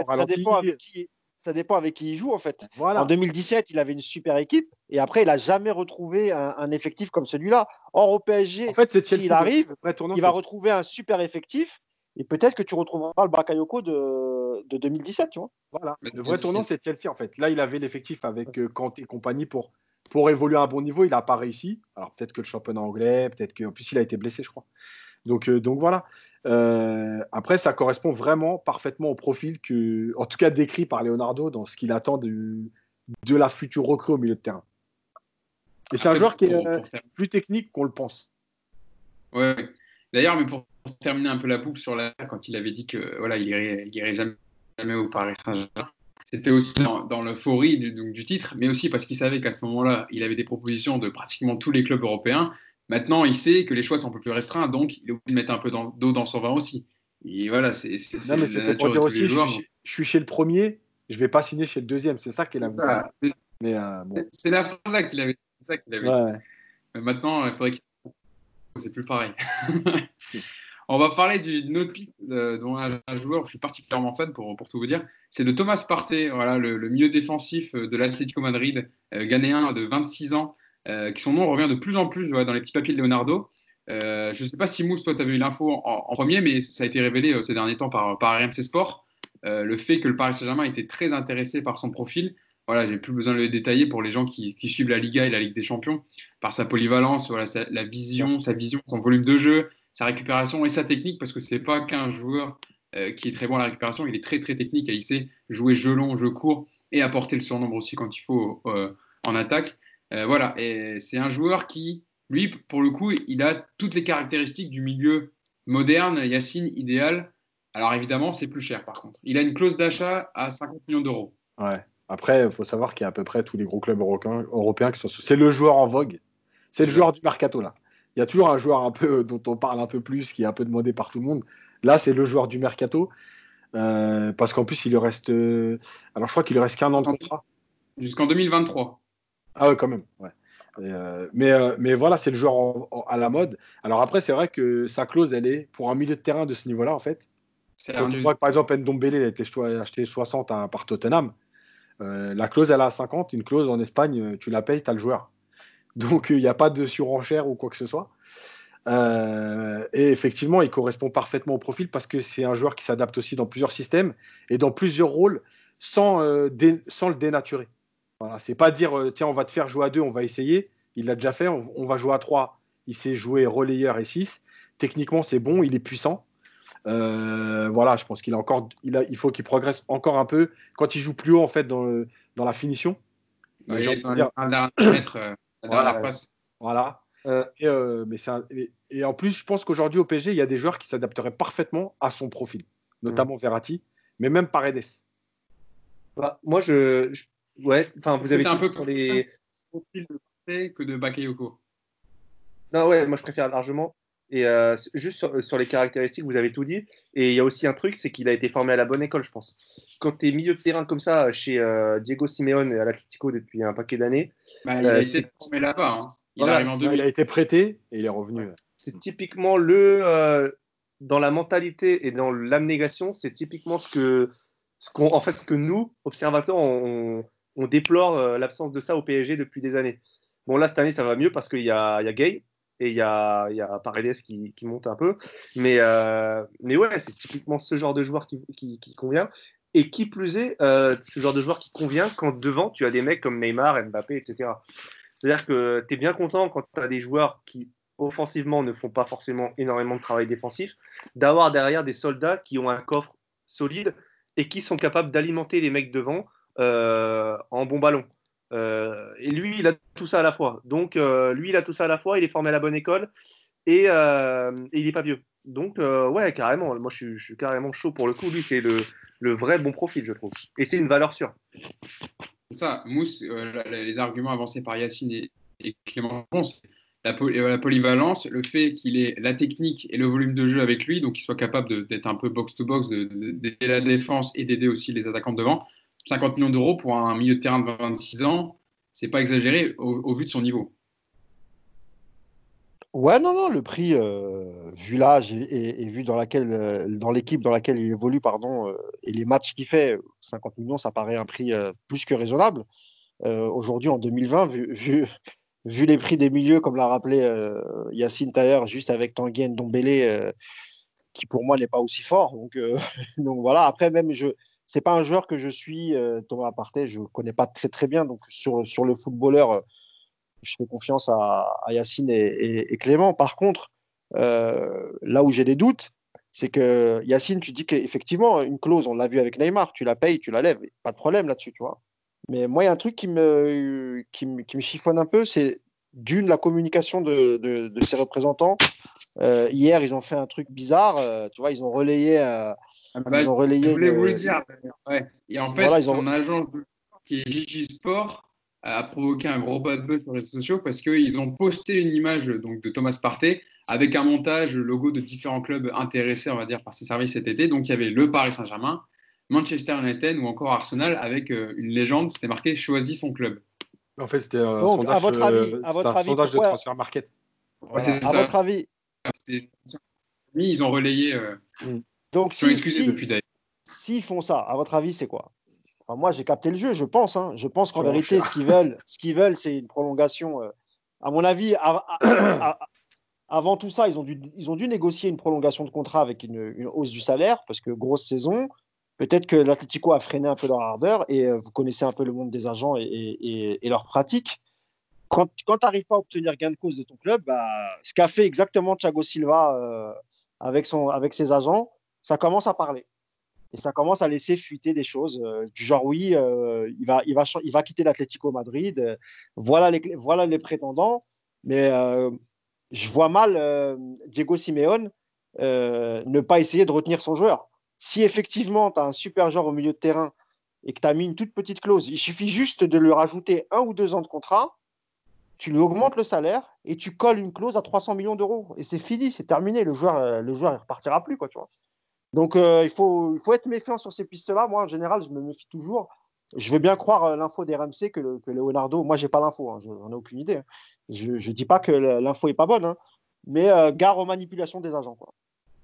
Ça dépend avec qui il joue en fait. Voilà. En 2017, il avait une super équipe et après, il n'a jamais retrouvé un effectif comme celui-là. Or, au PSG, en fait, s'il arrive, il va retrouver un super effectif et peut-être que tu retrouveras le Bakayoko de 2017. Tu vois. Voilà. Le vrai tournant, c'est Chelsea en fait. Là, il avait l'effectif avec Kanté et compagnie pour évoluer à un bon niveau. Il n'a pas réussi. Alors peut-être que le championnat anglais, peut-être qu'en plus, il a été blessé, je crois. Donc voilà. Après, ça correspond vraiment parfaitement au profil en tout cas décrit par Leonardo dans ce qu'il attend de la future recrue au milieu de terrain. Et c'est un joueur qui est plus technique qu'on le pense. Ouais. D'ailleurs, mais pour terminer un peu la boucle sur quand il avait dit que voilà, il irait jamais au Paris Saint-Germain. C'était aussi dans l'euphorie du titre, mais aussi parce qu'il savait qu'à ce moment-là, il avait des propositions de pratiquement tous les clubs européens. Maintenant, il sait que les choix sont un peu plus restreints, donc il est obligé de mettre un peu d'eau dans son vin aussi. Et voilà, c'est la nature de tous les joueurs. Je suis chez le premier, je ne vais pas signer chez le deuxième. C'est ça qu'il a voulu. Mais bon. C'est la fin là qu'il avait dit. Mais maintenant, il faudrait qu'il c'est plus pareil. On va parler d'une autre piste dont un joueur je suis particulièrement fan pour tout vous dire, c'est de Thomas Partey, voilà, le milieu défensif de l'Atlético Madrid, ghanéen de 26 ans, qui son nom revient de plus en plus dans les petits papiers de Leonardo. Je ne sais pas si Mousse, toi tu as vu l'info en premier, mais ça a été révélé ces derniers temps par RMC Sport, le fait que le Paris Saint-Germain était très intéressé par son profil. Voilà, j'ai plus besoin de le détailler pour les gens qui suivent la Liga et la Ligue des Champions, par sa polyvalence, voilà, sa vision, son volume de jeu, sa récupération et sa technique, parce que c'est pas qu'un joueur qui est très bon à la récupération, il est très très technique et il sait jouer jeu long, jeu court et apporter le surnombre aussi quand il faut en attaque. Voilà, et c'est un joueur qui, lui, pour le coup, il a toutes les caractéristiques du milieu moderne, Yacine, idéal. Alors évidemment, c'est plus cher par contre. Il a une clause d'achat à 50 millions d'euros. Ouais. Après, il faut savoir qu'il y a à peu près tous les gros clubs européens qui sont. C'est le joueur en vogue. C'est le joueur du mercato, là. Il y a toujours un joueur un peu dont on parle un peu plus, qui est un peu demandé par tout le monde. Là, c'est le joueur du mercato. Parce qu'en plus, il lui reste. Alors, je crois qu'il lui reste qu'un an de contrat. Jusqu'en 2023. Ah ouais, quand même. Ouais. Mais voilà, c'est le joueur à la mode. Alors après, c'est vrai que sa clause, elle est pour un milieu de terrain de ce niveau-là, en fait. Quand tu vois que, par exemple, Ndombele a été acheté 60 par Tottenham. La clause, elle est à 50. Une clause en Espagne, tu la payes, tu as le joueur. Donc, il n'y a pas de surenchère ou quoi que ce soit. Et effectivement, il correspond parfaitement au profil parce que c'est un joueur qui s'adapte aussi dans plusieurs systèmes et dans plusieurs rôles sans le dénaturer. Voilà, c'est pas dire tiens, on va te faire jouer à 2, on va essayer. Il l'a déjà fait, on va jouer à 3. Il sait jouer relayeur et 6. Techniquement, c'est bon, il est puissant. Voilà, je pense il faut qu'il progresse encore un peu quand il joue plus haut en fait dans la finition. Voilà. Et en plus, je pense qu'aujourd'hui au PSG, il y a des joueurs qui s'adapteraient parfaitement à son profil, notamment Verratti, mais même Paredes. Bah, moi, ouais, enfin, vous avez un peu sur les profils de Partey que de Bakayoko. Non, ouais, moi je préfère largement. Et juste sur les caractéristiques, vous avez tout dit. Et il y a aussi un truc, c'est qu'il a été formé à la bonne école, je pense. Quand tu es milieu de terrain comme ça, chez Diego Simeone et à l'Atlético depuis un paquet d'années. Il a été formé là-bas. Hein. Il a été prêté et il est revenu. C'est typiquement dans la mentalité et dans l'abnégation, c'est typiquement ce que nous, observateurs, on déplore l'absence de ça au PSG depuis des années. Bon, là, cette année, ça va mieux parce qu'il y a Gay et il y a Paredes qui monte un peu. Mais ouais, c'est typiquement ce genre de joueur qui convient. Et qui plus est, ce genre de joueur qui convient quand devant, tu as des mecs comme Neymar, Mbappé, etc. C'est-à-dire que tu es bien content quand tu as des joueurs qui, offensivement, ne font pas forcément énormément de travail défensif, d'avoir derrière des soldats qui ont un coffre solide et qui sont capables d'alimenter les mecs devant en bon ballon. Et lui, il a tout ça à la fois. Donc, lui, il a tout ça à la fois. Il est formé à la bonne école et il n'est pas vieux. Donc, ouais, carrément. Moi, je suis carrément chaud pour le coup. Lui, c'est le vrai bon profil, je trouve. Et c'est une valeur sûre. Ça, Mousse, les arguments avancés par Yacine et Clément, c'est la polyvalence, le fait qu'il ait la technique et le volume de jeu avec lui, donc qu'il soit capable d'être un peu box-to-box, d'aider la défense et d'aider aussi les attaquants devant. 50 millions d'euros pour un milieu de terrain de 26 ans, c'est pas exagéré au vu de son niveau. Ouais, non, le prix, vu l'âge et vu dans l'équipe dans laquelle il évolue, pardon, et les matchs qu'il fait, 50 millions, ça paraît un prix plus que raisonnable. Aujourd'hui, en 2020, vu les prix des milieux, comme l'a rappelé Yacine Taher, juste avec Tanguy Ndombele, qui pour moi n'est pas aussi fort. Donc, donc voilà, après même, c'est pas un joueur que je suis, Thomas Partey, je ne connais pas très très bien. Donc sur le footballeur, je fais confiance à Yacine et Clément. Par contre, là où j'ai des doutes, c'est que Yacine, tu dis qu'effectivement, une clause, on l'a vu avec Neymar, tu la payes, tu la lèves, pas de problème là-dessus, tu vois. Mais moi, il y a un truc qui me chiffonne un peu, c'est d'une, la communication de ses représentants. Hier, ils ont fait un truc bizarre, tu vois, ils ont relayé. Ils ont Je relayé voulais vous le dire. Ouais. Et en fait, voilà, son agence qui est Gigi Sport a provoqué un gros bad buzz sur les réseaux sociaux parce qu'ils ont posté une image donc, de Thomas Partey avec un montage, le logo de différents clubs intéressés, on va dire, par ses services cet été. Donc, il y avait le Paris Saint-Germain, Manchester United ou encore Arsenal avec une légende, c'était marqué "Choisis son club". En fait, c'était Donc, à votre avis, sondage de pourquoi, transfert market. Ouais, voilà, c'est à ça. votre avis, Ils ont relayé. donc Ils sont excusés depuis d'ailleurs. s'ils font ça, à votre avis, c'est quoi? Enfin, moi, j'ai capté le jeu, je pense. Hein. Je pense qu'en vérité, Surenchère. ce qu'ils veulent, c'est une prolongation. À mon avis, avant tout ça, ils ont dû négocier une prolongation de contrat avec une hausse du salaire, parce que grosse saison. Peut-être que l'Atlético a freiné un peu leur ardeur, et vous connaissez un peu le monde des agents et leurs pratiques. Quand tu n'arrives pas à obtenir gain de cause de ton club, bah, ce qu'a fait exactement Thiago Silva avec ses agents, ça commence à parler. Et ça commence à laisser fuiter des choses du genre, oui, il va quitter l'Atlético Madrid, voilà les prétendants, mais je vois mal Diego Simeone ne pas essayer de retenir son joueur. Si effectivement, tu as un super joueur au milieu de terrain et que tu as mis une toute petite clause, il suffit juste de lui rajouter 1 ou 2 ans de contrat, tu lui augmentes le salaire et tu colles une clause à 300 millions d'euros. Et c'est fini, c'est terminé. Le joueur, il ne repartira plus, quoi, tu vois. Donc, il faut être méfiant sur ces pistes-là. Moi, en général, je me méfie toujours. Je veux bien croire l'info des RMC que Leonardo, moi, j'ai pas l'info, hein, j'en ai aucune idée. Hein. Je ne dis pas que l'info est pas bonne, hein, mais gare aux manipulations des agents, quoi.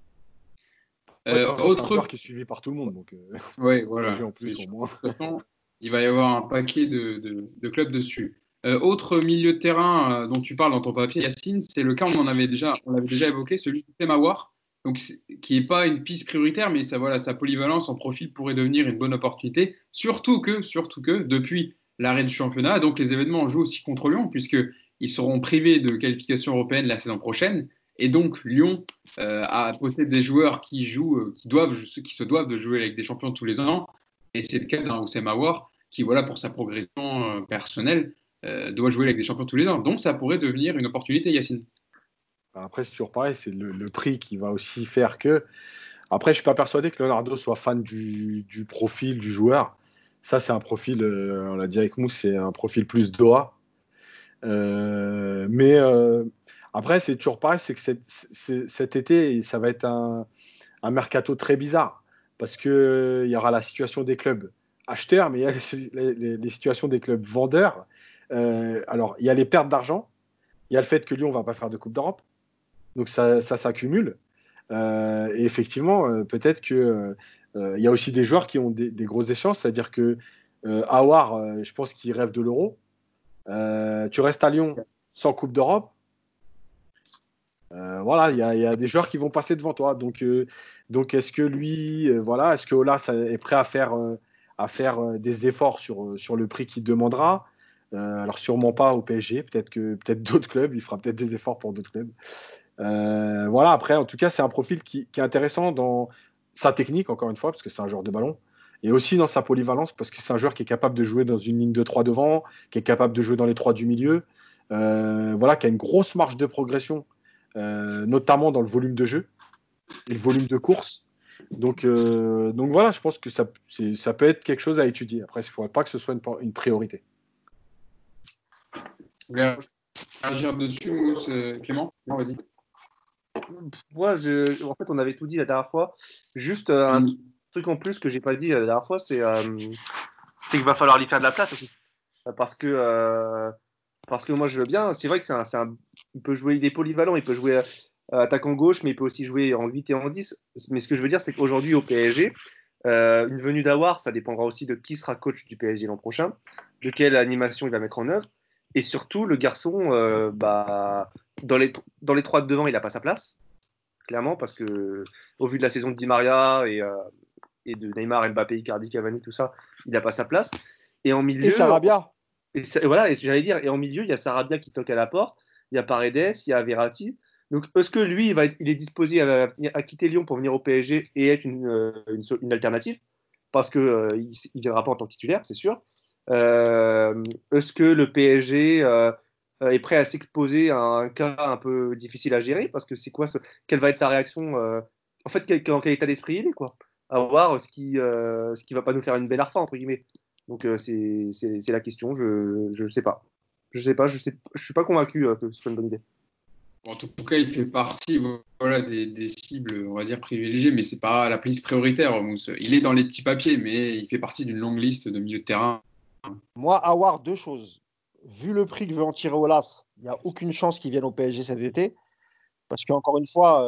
C'est un joueur qui est suivi par tout le monde. Donc, ouais, voilà. En plus, au moins. De toute façon, il va y avoir un paquet de clubs dessus. Autre milieu de terrain dont tu parles dans ton papier, Yacine, c'est le cas, on l'avait déjà évoqué, celui de Temawar, donc qui n'est pas une piste prioritaire, mais sa polyvalence, son profil pourrait devenir une bonne opportunité, surtout que depuis l'arrêt du championnat, donc les événements jouent aussi contre Lyon, puisqu'ils seront privés de qualification européenne la saison prochaine, et donc Lyon possède des joueurs qui se doivent de jouer avec des champions tous les ans, et c'est le cas d'un Oussem Aouar qui, pour sa progression personnelle, doit jouer avec des champions tous les ans. Donc, ça pourrait devenir une opportunité, Yacine. Après, c'est toujours pareil, c'est le prix qui va aussi faire que. Après, je ne suis pas persuadé que Leonardo soit fan du profil du joueur. Ça, c'est un profil, on l'a dit avec Mousse, c'est un profil plus Doha. Mais après, c'est toujours pareil, c'est que cet été, ça va être un mercato très bizarre. Parce qu'il y aura la situation des clubs acheteurs, mais il y a les situations des clubs vendeurs. Alors, il y a les pertes d'argent, il y a le fait que Lyon ne va pas faire de Coupe d'Europe, donc ça s'accumule. Et effectivement, peut-être qu'il y a aussi des joueurs qui ont des grosses échéances, c'est-à-dire que Aouar, je pense qu'il rêve de l'Euro. Tu restes à Lyon sans Coupe d'Europe. Voilà, il y a des joueurs qui vont passer devant toi. Donc est-ce que lui, voilà, est-ce que Olas est prêt à faire des efforts sur le prix qu'il demandera? Alors sûrement pas au PSG, peut-être d'autres clubs, il fera peut-être des efforts pour d'autres clubs. Voilà, après, en tout cas, c'est un profil qui est intéressant dans sa technique, encore une fois, parce que c'est un joueur de ballon, et aussi dans sa polyvalence, parce que c'est un joueur qui est capable de jouer dans une ligne de 3 devant, qui est capable de jouer dans les 3 du milieu, voilà, qui a une grosse marge de progression, notamment dans le volume de jeu et le volume de course. Donc voilà, je pense que ça peut être quelque chose à étudier. Après, il ne faudrait pas que ce soit une priorité. Vous voulez réagir dessus, Mousse, Clément? Non, vas-y. Moi, en fait, on avait tout dit la dernière fois. Juste un truc en plus que j'ai pas dit la dernière fois, c'est qu'il va falloir lui faire de la place aussi. Parce que moi, je veux bien. C'est vrai que il peut jouer, il est polyvalent, il peut jouer attaquant gauche, mais il peut aussi jouer en 8 et en 10. Mais ce que je veux dire, c'est qu'aujourd'hui, au PSG, une venue d'Aouar, ça dépendra aussi de qui sera coach du PSG l'an prochain, de quelle animation il va mettre en œuvre. Et surtout, le garçon, dans les 3 de devant, il n'a pas sa place, clairement, parce que au vu de la saison de Di Maria et de Neymar, Mbappé, Icardi, Cavani, tout ça, il n'a pas sa place. Et en milieu. Et Sarabia. Voilà, et j'allais dire, et en milieu, il y a Sarabia qui toque à la porte, il y a Paredes, il y a Verratti. Donc, est-ce que lui, il est disposé à quitter Lyon pour venir au PSG et être une alternative? Parce qu'il ne viendra pas en tant que titulaire, c'est sûr. Est-ce que le PSG est prêt à s'exposer à un cas un peu difficile à gérer? Parce que c'est quoi quelle va être sa réaction en fait, dans quel état d'esprit il est, quoi? À voir ce qui va pas nous faire une belle arfa, entre guillemets. Donc, c'est la question. Je sais pas. Je suis pas convaincu que ce soit une bonne idée. En tout cas, il fait partie des cibles, on va dire, privilégiées, mais ce n'est pas la piste prioritaire, Mousse. Il est dans les petits papiers, mais il fait partie d'une longue liste de milieux de terrain. Moi, avoir deux choses. Vu le prix que veut en tirer Olas, il n'y a aucune chance qu'il vienne au PSG cet été. Parce qu'encore une fois,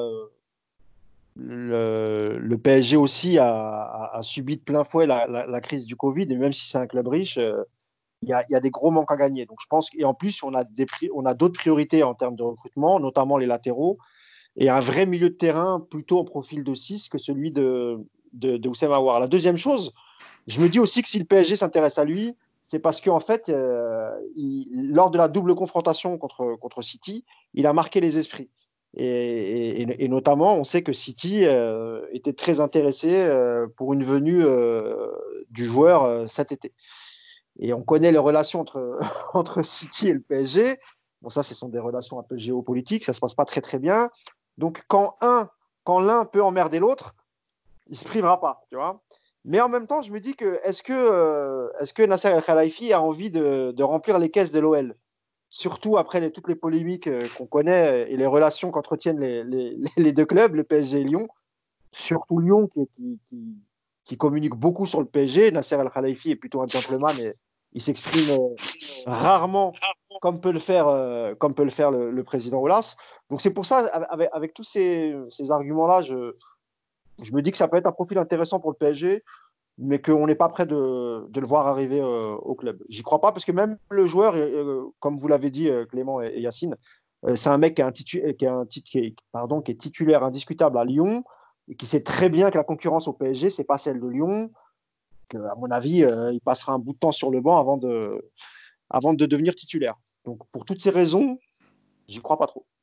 le PSG aussi a subi de plein fouet la crise du Covid. Et même si c'est un club riche, il y a des gros manques à gagner. Donc je pense qu'en plus, on a d'autres priorités en termes de recrutement, notamment les latéraux, et un vrai milieu de terrain plutôt au profil de 6 que celui de Houssem Aouar. La deuxième chose, je me dis aussi que si le PSG s'intéresse à lui, c'est parce qu'en fait, lors de la double confrontation contre City, il a marqué les esprits. Et notamment, on sait que City était très intéressé pour une venue du joueur cet été. Et on connaît les relations entre City et le PSG. Bon, ça, ce sont des relations un peu géopolitiques, ça ne se passe pas très très bien. Donc, quand l'un peut emmerder l'autre, il ne se privera pas, tu vois. Mais en même temps, je me dis que est-ce que Nasser El Khelaifi a envie de remplir les caisses de l'OL? Surtout après toutes les polémiques qu'on connaît et les relations qu'entretiennent les deux clubs, le PSG et Lyon. Surtout Lyon qui communique beaucoup sur le PSG. Nasser El Khelaifi est plutôt un gentleman et il s'exprime rarement comme peut le faire le président Aulas. Donc c'est pour ça, avec tous ces arguments-là, je me dis que ça peut être un profil intéressant pour le PSG, mais qu'on n'est pas prêt de le voir arriver au club. J'y crois pas, parce que même le joueur, comme vous l'avez dit, Clément et Yacine, c'est un mec qui est titulaire indiscutable à Lyon, et qui sait très bien que la concurrence au PSG, c'est pas celle de Lyon, qu'à mon avis, il passera un bout de temps sur le banc avant de devenir titulaire. Donc pour toutes ces raisons, j'y crois pas trop.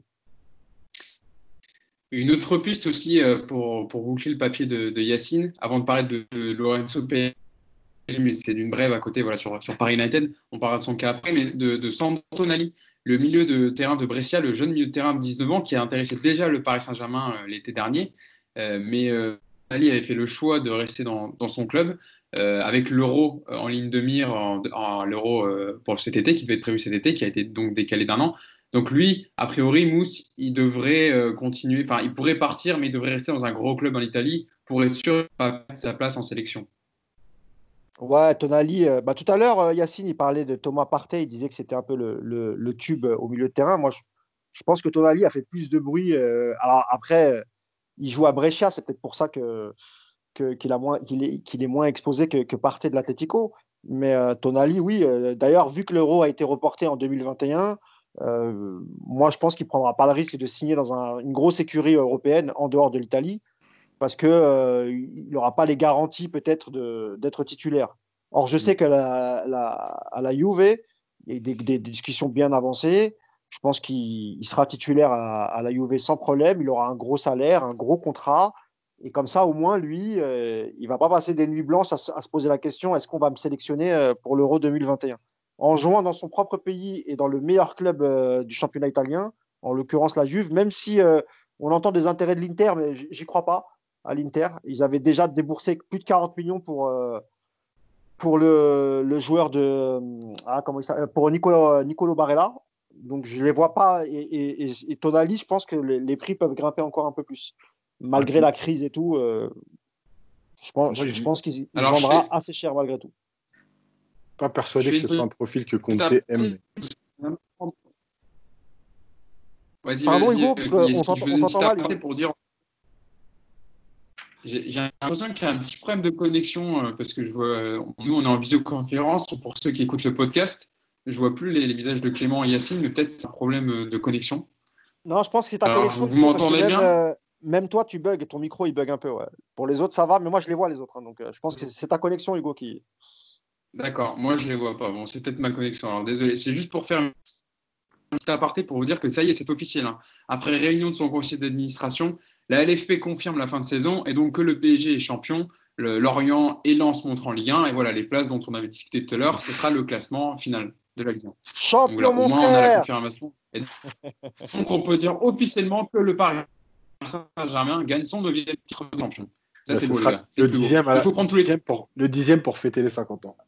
Une autre piste aussi pour boucler le papier de Yacine, avant de parler de Lorenzo Pelé, mais c'est d'une brève à côté sur Paris United, on parlera de son cas après, mais de Sandro Tonali, le milieu de terrain de Brescia, le jeune milieu de terrain de 19 ans qui a intéressé déjà le Paris Saint-Germain l'été dernier, mais Tonali avait fait le choix de rester dans son club, avec l'Euro en ligne de mire, l'Euro pour cet été, qui devait être prévu cet été, qui a été donc décalé d'un an. Donc lui, a priori, Mousse, il devrait continuer, enfin il pourrait partir, mais il devrait rester dans un gros club en Italie pour être sûr de pas perdre sa place en sélection. Ouais, Tonali, tout à l'heure, Yacine, il parlait de Thomas Partey, il disait que c'était un peu le tube au milieu de terrain. Moi, je pense que Tonali a fait plus de bruit. Alors après, il joue à Brescia, c'est peut-être pour ça qu'il est moins exposé que Partey de l'Atlético. Mais Tonali, oui. D'ailleurs, vu que l'Euro a été reporté en 2021, moi, je pense qu'il ne prendra pas le risque de signer dans une grosse écurie européenne en dehors de l'Italie parce qu'il n'aura pas les garanties peut-être d'être titulaire. Or, je sais qu'à à la Juve, il y a des discussions bien avancées. Je pense qu'il sera titulaire à la Juve sans problème. Il aura un gros salaire, un gros contrat. Et comme ça, au moins, lui, il ne va pas passer des nuits blanches à se poser la question, est-ce qu'on va me sélectionner pour l'Euro 2021? En jouant dans son propre pays et dans le meilleur club du championnat italien, en l'occurrence la Juve, même si on entend des intérêts de l'Inter, mais j'y crois pas à l'Inter. Ils avaient déjà déboursé plus de 40 millions pour le joueur comment pour Nicolo Barella. Donc je les vois pas. Et Tonali, je pense que les prix peuvent grimper encore un peu plus. Malgré la crise et tout, je pense qu'il se vendra assez cher malgré tout. Pas persuadé que ce soit un profil que Conte aime. Pardon, Hugo, parce qu'on t'entend mal. Pour dire... J'ai l'impression qu'il y a un petit problème de connexion parce que nous, on est en visioconférence. Pour ceux qui écoutent le podcast, je ne vois plus les visages de Clément et Yacine, mais peut-être c'est un problème de connexion. Non, je pense que c'est ta connexion. Vous m'entendez bien même toi, tu bugs, ton micro, il bug un peu. Ouais. Pour les autres, ça va, mais moi, je les vois, les autres. Hein, donc, je pense que c'est ta connexion, Hugo, qui... D'accord, moi, je ne les vois pas. Bon, c'est peut-être ma connexion. Alors, désolé. C'est juste pour faire un petit aparté pour vous dire que ça y est, c'est officiel. Hein. Après réunion de son conseil d'administration, la LFP confirme la fin de saison et donc que le PSG est champion, Lorient et Lens montrent en Ligue 1. Et voilà, les places dont on avait discuté tout à l'heure, ce sera le classement final de la Ligue 1. Champion, donc, là, mon au moins, frère. on a la confirmation. Et donc, on peut dire officiellement que le Paris Saint-Germain gagne son 9e titre de champion. Ça, c'est beau, les gars. Le 10e pour fêter les 50 ans.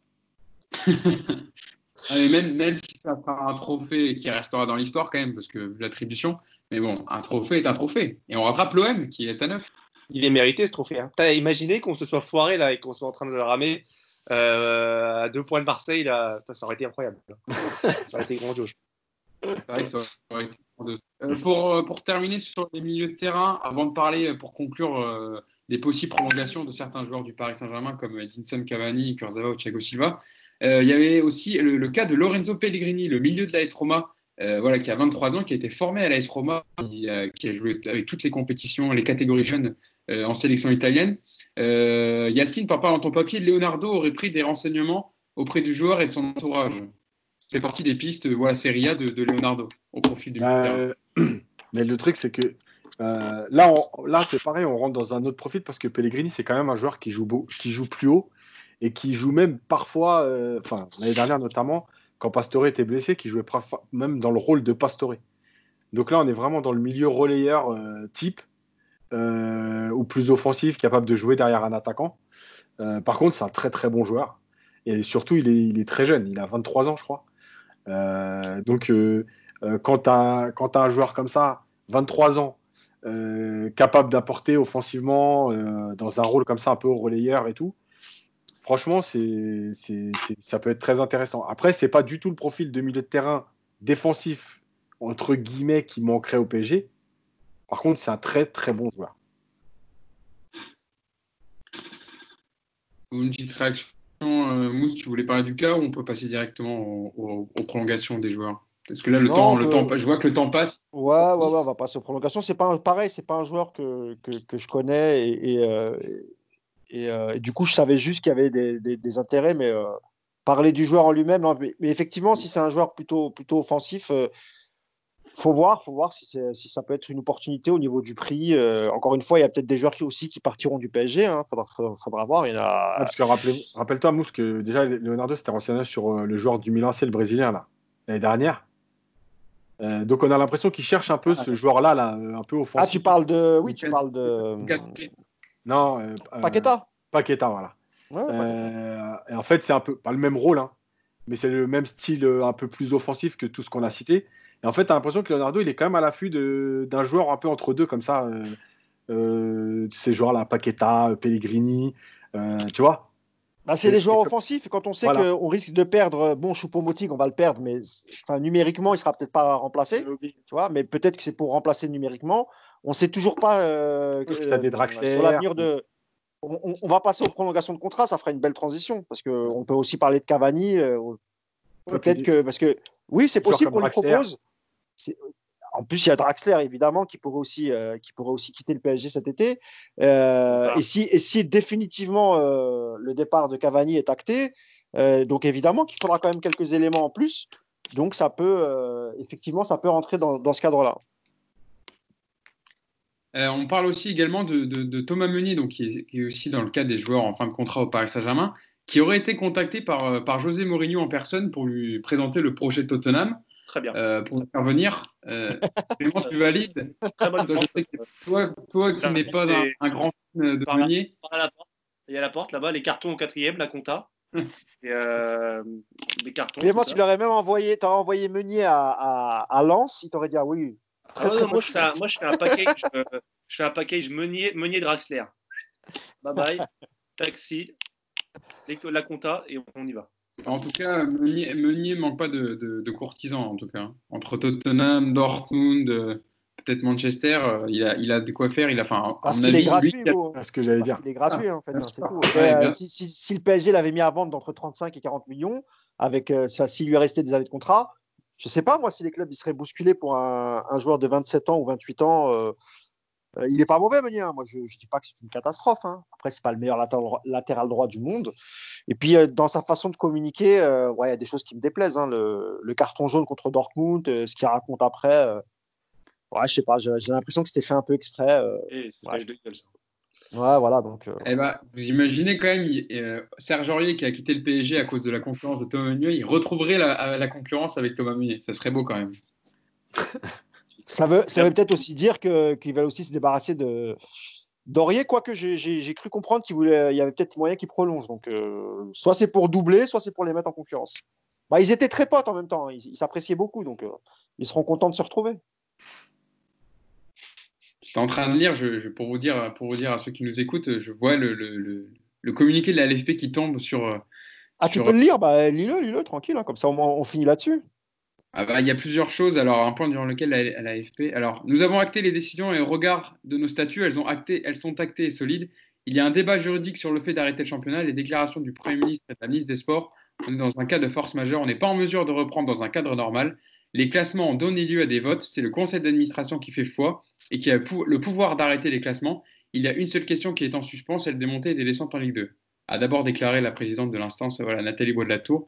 Même si ça sera un trophée qui restera dans l'histoire quand même, parce que l'attribution, mais bon, un trophée est un trophée. Et on rattrape l'OM qui est à 9. Il est mérité ce trophée. Hein. T'as imaginé qu'on se soit foiré là et qu'on soit en train de le ramer à 2 points de Marseille là, ça aurait été incroyable. Ça aurait été grandiose. C'est vrai que ça aurait été grandiose. Pour terminer sur les milieux de terrain, avant de parler, pour conclure des possibles prolongations de certains joueurs du Paris Saint-Germain comme Edinson Cavani, Kurzawa ou Thiago Silva, il y avait aussi le cas de Lorenzo Pellegrini, le milieu de l'AS Roma, qui a 23 ans, qui a été formé à l'AS Roma, qui a joué avec toutes les compétitions, les catégories jeunes en sélection italienne. Yacine, t'en parles dans ton papier, Leonardo aurait pris des renseignements auprès du joueur et de son entourage. C'est partie des pistes Serie A de Leonardo au profil du milieu. Mais le truc, c'est que là, c'est pareil, on rentre dans un autre profil parce que Pellegrini, c'est quand même un joueur qui joue plus haut et qui joue même parfois, l'année dernière notamment, quand Pastore était blessé, qui jouait même dans le rôle de Pastore. Donc là, on est vraiment dans le milieu relayeur type, ou plus offensif, capable de jouer derrière un attaquant. Par contre, c'est un très très bon joueur. Et surtout, il est très jeune, il a 23 ans, je crois. Donc, quand tu as un joueur comme ça, 23 ans, capable d'apporter offensivement dans un rôle comme ça, un peu relayeur et tout, franchement, ça peut être très intéressant. Après, c'est pas du tout le profil de milieu de terrain défensif, entre guillemets, qui manquerait au PSG. Par contre, c'est un très très bon joueur. Une petite réaction, Mousse, tu voulais parler du cas ou on peut passer directement aux prolongations des joueurs? Parce que là, le temps, je vois que le temps passe. Ouais, on va passer aux prolongations. C'est pas un joueur que je connais et du coup, je savais juste qu'il y avait des intérêts, mais parler du joueur en lui-même, non, mais effectivement, si c'est un joueur plutôt offensif, faut voir si ça peut être une opportunité au niveau du prix. Encore une fois, il y a peut-être des joueurs qui partiront du PSG. Hein. Faudra voir. Il y en a... parce que rappelle-toi, Mousse, que déjà, Leonardo s'était renseigné sur le joueur du Milan, c'est le Brésilien, là, l'année dernière. Donc, on a l'impression qu'il cherche un peu ce joueur-là, là, un peu offensif. Ah, tu parles de... Oui, tu parles de... Non. Paqueta. Paqueta, voilà. Ouais, et en fait, c'est un peu, pas le même rôle, hein, mais c'est le même style un peu plus offensif que tout ce qu'on a cité. Et en fait, tu as l'impression que Leonardo, il est quand même à l'affût d'un joueur un peu entre deux, comme ça. Ces joueurs-là, Paqueta, Pellegrini, tu vois. Bah, c'est des joueurs offensifs. Quand on sait qu'on risque de perdre, Choupo-Moting, on va le perdre, mais numériquement, il ne sera peut-être pas remplacé. Tu vois, mais peut-être que c'est pour remplacer numériquement. On ne sait toujours pas tu as des Draxler, sur l'avenir de. On va passer aux prolongations de contrat, ça fera une belle transition, parce qu'on peut aussi parler de Cavani. Peut-être que, parce que oui, c'est possible qu'on lui propose. En plus, il y a Draxler, évidemment, qui pourrait aussi quitter le PSG cet été. Et si définitivement le départ de Cavani est acté, donc évidemment qu'il faudra quand même quelques éléments en plus. Donc ça peut, effectivement, ça peut rentrer dans ce cadre-là. On parle aussi également de Thomas Meunier, donc, qui est aussi dans le cadre des joueurs en fin de contrat au Paris Saint-Germain, qui aurait été contacté par José Mourinho en personne pour lui présenter le projet de Tottenham. Très bien. Pour le faire venir. Clément, tu valides? Très bonne toi qui n'es pas un grand fan de Meunier. Il y a la porte là-bas, les cartons au 4e, la compta. Et, les cartons. Clément, tu l'aurais même envoyé Meunier à Lens, il t'aurait dit ah oui. Moi, je fais un package. Je fais un package Meunier Draxler. Bye bye. Taxi, la compta et on y va. En tout cas, Meunier manque pas de courtisans, en tout cas. Entre Tottenham, Dortmund, peut-être Manchester, il a de quoi faire. Parce qu'il est gratuit, ce que j'allais dire. Il est gratuit, en fait, c'est tout. Si le PSG l'avait mis à vendre d'entre 35 et 40 millions, avec s'il lui restait des années de contrat, je ne sais pas, moi, si les clubs ils seraient bousculés pour un joueur de 27 ans ou 28 ans. Il n'est pas mauvais, Meunier. Moi, je ne dis pas que c'est une catastrophe. Après, ce n'est pas le meilleur latéral droit du monde. Et puis, dans sa façon de communiquer, il y a des choses qui me déplaisent. Le carton jaune contre Dortmund, ce qu'il raconte après. Je ne sais pas, j'ai l'impression que c'était fait un peu exprès. C'est de gueule, ça. Ouais, voilà. Donc, vous imaginez quand même, Serge Aurier qui a quitté le PSG à cause de la concurrence de Thomas Meunier, il retrouverait la concurrence avec Thomas Meunier. Ça serait beau quand même. Ça veut peut-être aussi dire qu'ils veulent aussi se débarrasser d'Aurier, quoique j'ai cru comprendre qu'il y avait peut-être moyen qu'il prolonge. Donc, soit c'est pour doubler, soit c'est pour les mettre en concurrence. Ils étaient très potes en même temps. Ils s'appréciaient beaucoup. Donc, ils seront contents de se retrouver. J'étais en train de lire, pour vous dire à ceux qui nous écoutent, je vois le communiqué de la LFP qui tombe sur. Tu peux le lire? Lis-le, tranquille. Comme ça, au moins, on finit là-dessus. Il y a plusieurs choses. Alors, un point durant lequel la l'AFP. Alors, nous avons acté les décisions et au regard de nos statuts, elles sont actées et solides. Il y a un débat juridique sur le fait d'arrêter le championnat. Les déclarations du Premier ministre et de la ministre des Sports. On est dans un cas de force majeure. On n'est pas en mesure de reprendre dans un cadre normal. Les classements ont donné lieu à des votes. C'est le conseil d'administration qui fait foi et qui a le pouvoir d'arrêter les classements. Il y a une seule question qui est en suspens, celle des montées et des descentes en Ligue 2. A d'abord déclaré la présidente de l'instance, Nathalie Bois de la Tour.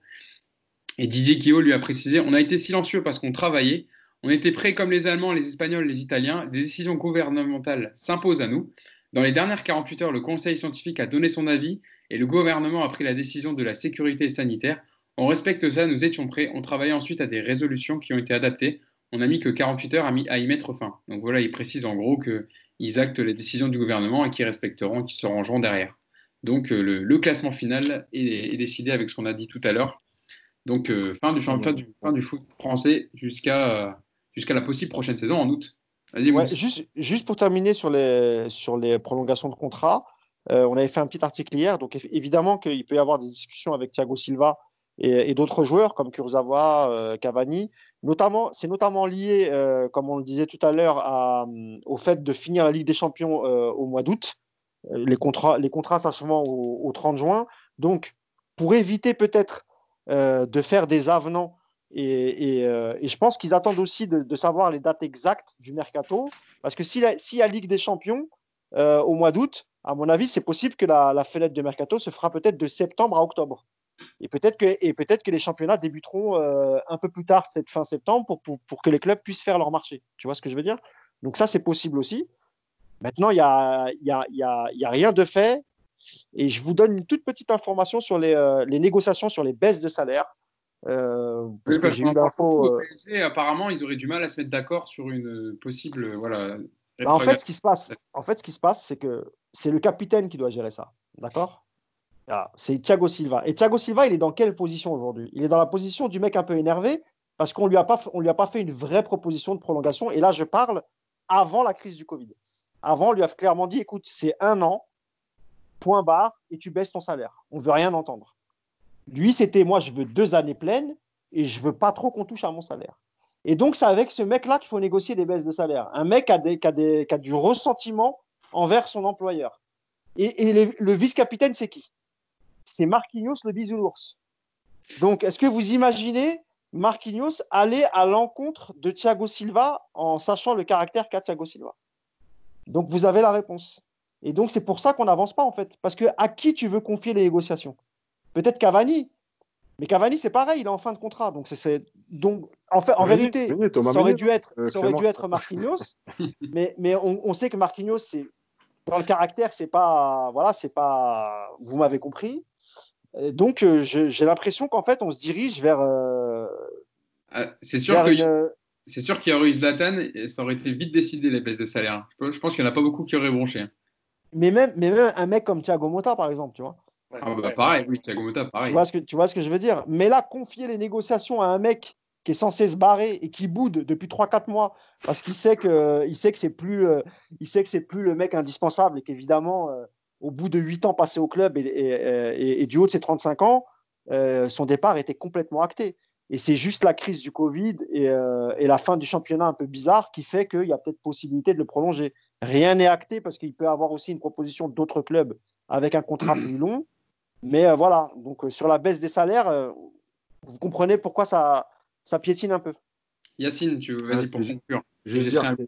Et Didier Guillot lui a précisé: on a été silencieux parce qu'on travaillait, on était prêts comme les Allemands, les Espagnols, les Italiens, des décisions gouvernementales s'imposent à nous. Dans les dernières 48 heures, le conseil scientifique a donné son avis et le gouvernement a pris la décision de la sécurité sanitaire. On respecte ça, nous étions prêts, on travaillait ensuite à des résolutions qui ont été adaptées. On n'a mis que 48 heures à y mettre fin. Donc voilà, il précise en gros qu'ils actent les décisions du gouvernement et qu'ils respecteront, qu'ils se rangeront derrière. Donc le classement final est décidé avec ce qu'on a dit tout à l'heure. Donc, fin du foot français jusqu'à la possible prochaine saison en août. Vas-y, juste pour terminer sur les prolongations de contrat, on avait fait un petit article hier. Donc, évidemment qu'il peut y avoir des discussions avec Thiago Silva et d'autres joueurs comme Kurzawa, Cavani. C'est notamment lié, comme on le disait tout à l'heure, au fait de finir la Ligue des Champions au mois d'août. Les contrats s'achèvent au 30 juin. Donc, pour éviter peut-être de faire des avenants et je pense qu'ils attendent aussi de savoir les dates exactes du mercato, parce que s'il y a Ligue des Champions au mois d'août, à mon avis, c'est possible que la fenêtre de mercato se fera peut-être de septembre à octobre. Et peut-être que les championnats débuteront un peu plus tard, peut-être fin septembre, pour que les clubs puissent faire leur marché. Tu vois ce que je veux dire? Donc ça, c'est possible aussi. Maintenant, il n'y a rien de fait. Et je vous donne une toute petite information sur les négociations sur les baisses de salaire. Parce que j'ai eu l'info. Apparemment, ils auraient du mal à se mettre d'accord sur une possible. En fait, ce qui se passe, c'est que c'est le capitaine qui doit gérer ça. D'accord? C'est Thiago Silva. Et Thiago Silva, il est dans quelle position aujourd'hui? Il est dans la position du mec un peu énervé parce qu'on lui a pas fait une vraie proposition de prolongation. Et là, je parle avant la crise du Covid. Avant, on lui a clairement dit: écoute, c'est 1 an. Point barre, et tu baisses ton salaire. On ne veut rien entendre. Lui, c'était: moi, je veux 2 années pleines et je ne veux pas trop qu'on touche à mon salaire. Et donc, c'est avec ce mec-là qu'il faut négocier des baisses de salaire. Un mec qui a du ressentiment envers son employeur. Et le vice-capitaine, c'est qui? C'est Marquinhos, le bisounours. Donc, est-ce que vous imaginez Marquinhos aller à l'encontre de Thiago Silva en sachant le caractère qu'a Thiago Silva? Donc, vous avez la réponse. Et donc, c'est pour ça qu'on n'avance pas, en fait. Parce que à qui tu veux confier les négociations? Peut-être Cavani. Mais Cavani, c'est pareil, il est en fin de contrat. Donc, donc en fait, en vérité, ça aurait dû être Marquinhos. mais on sait que Marquinhos, dans le caractère, c'est pas. Voilà, c'est pas. Vous m'avez compris. Donc, j'ai l'impression qu'en fait, on se dirige vers. C'est sûr qu'il y aurait eu Zlatan et ça aurait été vite décidé les baisses de salaire. Je pense qu'il n'y en a pas beaucoup qui auraient bronché. Mais même un mec comme Thiago Motta, par exemple, tu vois. Pareil, oui, Thiago Motta, pareil. Tu vois ce que je veux dire? Mais là, confier les négociations à un mec qui est censé se barrer et qui boude depuis 3-4 mois parce qu'il sait que c'est plus le mec indispensable et qu'évidemment, au bout de 8 ans passés au club et du haut de ses 35 ans, son départ était complètement acté. Et c'est juste la crise du Covid et la fin du championnat un peu bizarre qui fait qu'il y a peut-être possibilité de le prolonger. Rien n'est acté parce qu'il peut avoir aussi une proposition d'autres clubs avec un contrat plus long. Mais voilà, donc sur la baisse des salaires, vous comprenez pourquoi ça piétine un peu. Yacine, vas-y pour conclure. Je veux dire,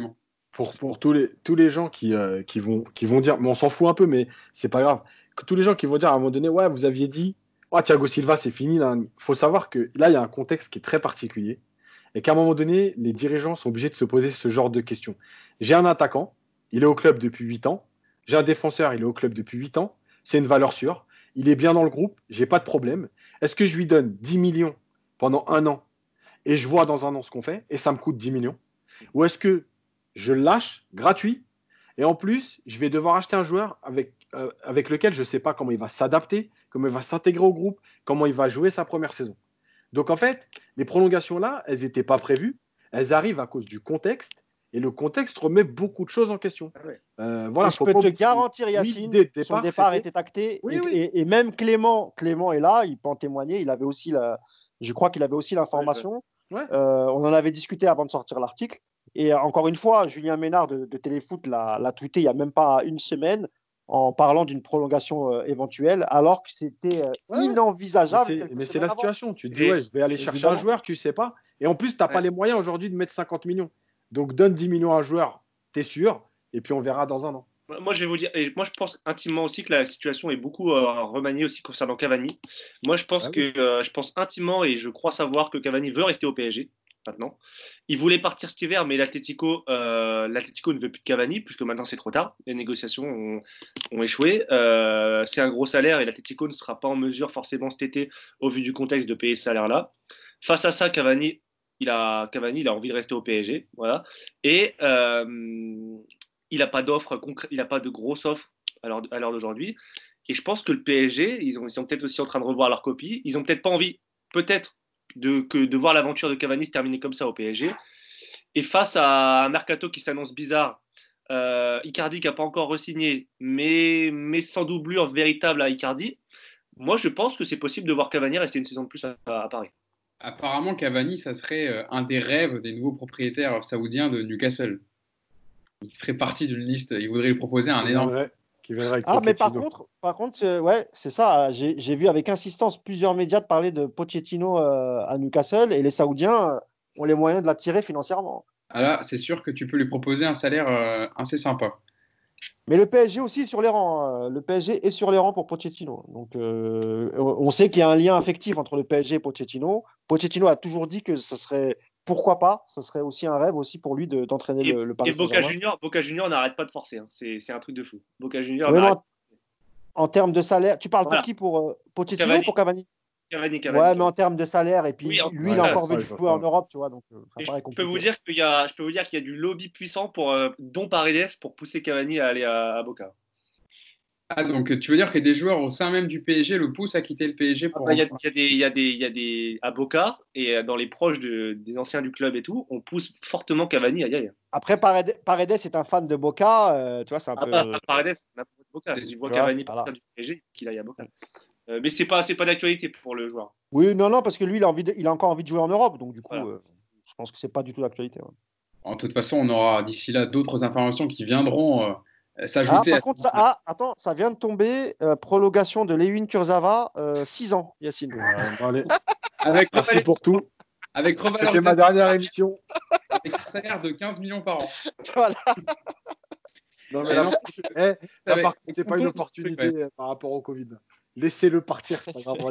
pour tous les gens qui vont dire, mais on s'en fout un peu, mais c'est pas grave, que tous les gens qui vont dire à un moment donné, ouais, vous aviez dit, oh, Thiago Silva, c'est fini. Il faut savoir que là, il y a un contexte qui est très particulier et qu'à un moment donné, les dirigeants sont obligés de se poser ce genre de questions. J'ai un attaquant, il est au club depuis 8 ans. J'ai un défenseur, il est au club depuis 8 ans. C'est une valeur sûre. Il est bien dans le groupe, j'ai pas de problème. Est-ce que je lui donne 10 millions pendant un an et je vois dans un an ce qu'on fait et ça me coûte 10 millions? Ou est-ce que je le lâche gratuit et en plus, je vais devoir acheter un joueur avec lequel je ne sais pas comment il va s'adapter, comment il va s'intégrer au groupe, comment il va jouer sa première saison. Donc en fait, les prolongations là, elles n'étaient pas prévues, elles arrivent à cause du contexte. Et le contexte remet beaucoup de choses en question. Voilà, je peux te garantir, Yacine, son départ était acté. Oui, et même Clément est là, il peut en témoigner. Je crois qu'il avait aussi l'information. On en avait discuté avant de sortir l'article. Et encore une fois, Julien Ménard de Téléfoot l'a tweeté il n'y a même pas une semaine en parlant d'une prolongation éventuelle, alors que c'était inenvisageable. Mais c'est la situation. Tu te dis, je vais aller chercher un joueur, tu ne sais pas. Et en plus, tu n'as pas les moyens aujourd'hui de mettre 50 millions. Donc, donne 10 millions à un joueur, tu es sûr, et puis on verra dans un an. Moi, je vais vous dire, et moi, je pense intimement aussi que la situation est beaucoup remaniée aussi concernant Cavani. Moi, je pense je pense intimement et je crois savoir que Cavani veut rester au PSG maintenant. Il voulait partir cet hiver, mais l'Atlético ne veut plus de Cavani, puisque maintenant c'est trop tard. Les négociations ont échoué. C'est un gros salaire et l'Atlético ne sera pas en mesure forcément cet été, au vu du contexte, de payer ce salaire-là. Face à ça, Cavani, il a envie de rester au PSG, voilà. Et il n'a pas d'offre, il n'a pas de grosse offre à l'heure d'aujourd'hui. Et je pense que le PSG, ils sont peut-être aussi en train de revoir leur copie. Ils n'ont peut-être pas envie, peut-être, de voir l'aventure de Cavani se terminer comme ça au PSG. Et face à un mercato qui s'annonce bizarre, Icardi qui n'a pas encore re-signé, mais sans doublure véritable à Icardi, moi je pense que c'est possible de voir Cavani rester une saison de plus à Paris. Apparemment, Cavani, ça serait un des rêves des nouveaux propriétaires saoudiens de Newcastle. Il ferait partie d'une liste. Il voudrait lui proposer un énorme. Mais par contre, ouais, c'est ça. J'ai vu avec insistance plusieurs médias parler de Pochettino à Newcastle et les Saoudiens ont les moyens de l'attirer financièrement. Ah là, c'est sûr que tu peux lui proposer un salaire assez sympa. Mais le PSG aussi est sur les rangs. Le PSG est sur les rangs pour Pochettino. Donc, on sait qu'il y a un lien affectif entre le PSG et Pochettino. Pochettino a toujours dit que ce serait, pourquoi pas, ce serait aussi un rêve aussi pour lui d'entraîner le Paris Saint-Germain. Et Boca Junior n'arrête pas de forcer. Hein. C'est un truc de fou. Boca Junior. En termes de salaire, tu parles pour qui? Pour Pochettino ou pour Cavani? Cavani. Ouais, mais en termes de salaire, et puis lui, il a encore vu jouer en Europe, tu vois. Donc, ça paraît compliqué. Je peux vous dire qu'il y a du lobby puissant dont Paredes pour pousser Cavani à aller à Boca. Ah, donc tu veux dire que des joueurs au sein même du PSG le poussent à quitter le PSG pour. Il y a des à Boca et dans les proches des anciens du club et tout, on pousse fortement Cavani à y aller. Après, Paredes est un fan de Boca, tu vois, c'est un peu. Paredes, c'est un peu de Boca. Si je vois Cavani partir du PSG, qu'il aille à Boca. Mais c'est pas d'actualité pour le joueur. Oui, non, parce que lui, il a encore envie de jouer en Europe, donc du coup, je pense que c'est pas du tout d'actualité. Ouais. De toute façon, on aura d'ici là d'autres informations qui viendront s'ajouter par contre, attends, ça vient de tomber. Prolongation de Lewin Kurzawa, 6 ans, Yacine. Merci pour tout. C'était ma dernière émission. Avec un salaire de 15 millions par an. Voilà. Non, mais là, par contre, c'est pas une opportunité par rapport au Covid. Laissez-le partir, c'est pas grave.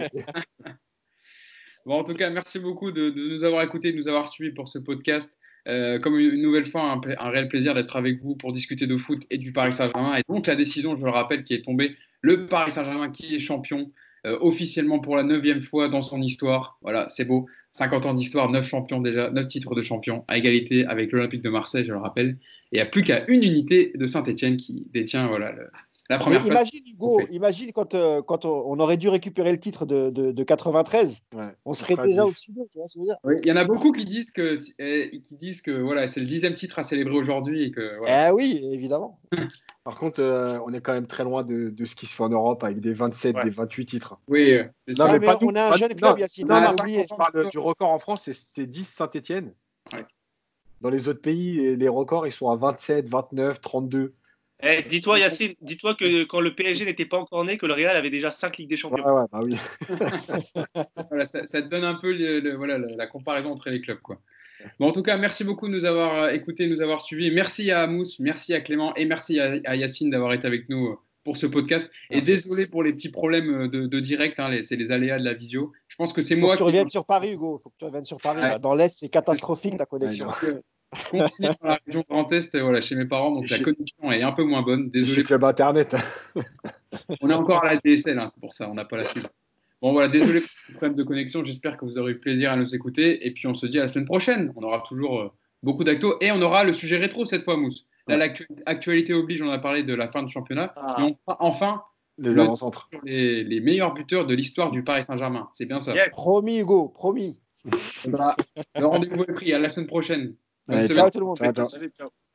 Bon, en tout cas, merci beaucoup de nous avoir écoutés, de nous avoir suivis pour ce podcast. Comme une nouvelle fois, un réel plaisir d'être avec vous pour discuter de foot et du Paris Saint-Germain. Et donc, la décision, je le rappelle, qui est tombée, le Paris Saint-Germain qui est champion officiellement pour la 9e fois dans son histoire. Voilà, c'est beau. 50 ans d'histoire, 9 champions déjà, 9 titres de champion, à égalité avec l'Olympique de Marseille, je le rappelle. Et il n'y a plus qu'à une unité de Saint-Etienne qui détient la première place. Imagine, Hugo, imagine quand on aurait dû récupérer le titre de 93, on serait déjà au-dessus d'eux, tu vois ce que je veux dire ? Oui, il y en a beaucoup qui disent que voilà, c'est le 10e titre à célébrer aujourd'hui. Et que, voilà. Oui, évidemment. Par contre, on est quand même très loin de ce qui se fait en Europe avec des 27, des 28 titres. Oui, non, mais on est un jeune club, Yacine. Non, je parle du record en France, c'est 10 Saint-Etienne. Ouais. Dans les autres pays, les records, ils sont à 27, 29, 32. Dis-toi, Yacine, dis-toi que quand le PSG n'était pas encore né, que le Real avait déjà 5 Ligues des Champions. Bah oui. Voilà, ça te donne un peu la comparaison entre les clubs, quoi. Bon, en tout cas, merci beaucoup de nous avoir écoutés, de nous avoir suivis. Merci à Mousse, merci à Clément et merci à Yacine d'avoir été avec nous pour ce podcast. Et désolé pour les petits problèmes de direct, c'est les aléas de la visio. Je pense que c'est moi qui revienne sur Paris, Hugo. Faut que tu reviennes sur Paris. Ouais. Dans l'Est, c'est catastrophique ta connexion. Continue dans la région Grand Est, chez mes parents, donc la connexion est un peu moins bonne. Désolé. Chez Club Internet. On est encore à la DSL, c'est pour ça, on n'a pas la fibre. Bon, voilà, désolé pour le problème de connexion. J'espère que vous aurez eu plaisir à nous écouter. Et puis, on se dit à la semaine prochaine. On aura toujours beaucoup d'actos. Et on aura le sujet rétro cette fois, Mousse. Là, l'actualité oblige. On a parlé de la fin du championnat. Et on fera enfin les avant-centres. Les meilleurs buteurs de l'histoire du Paris Saint-Germain. C'est bien ça. Yes. Promis, Hugo. Promis. Le rendez-vous est pris. À la semaine prochaine. Ciao tout le monde. Ciao. Salut, ciao.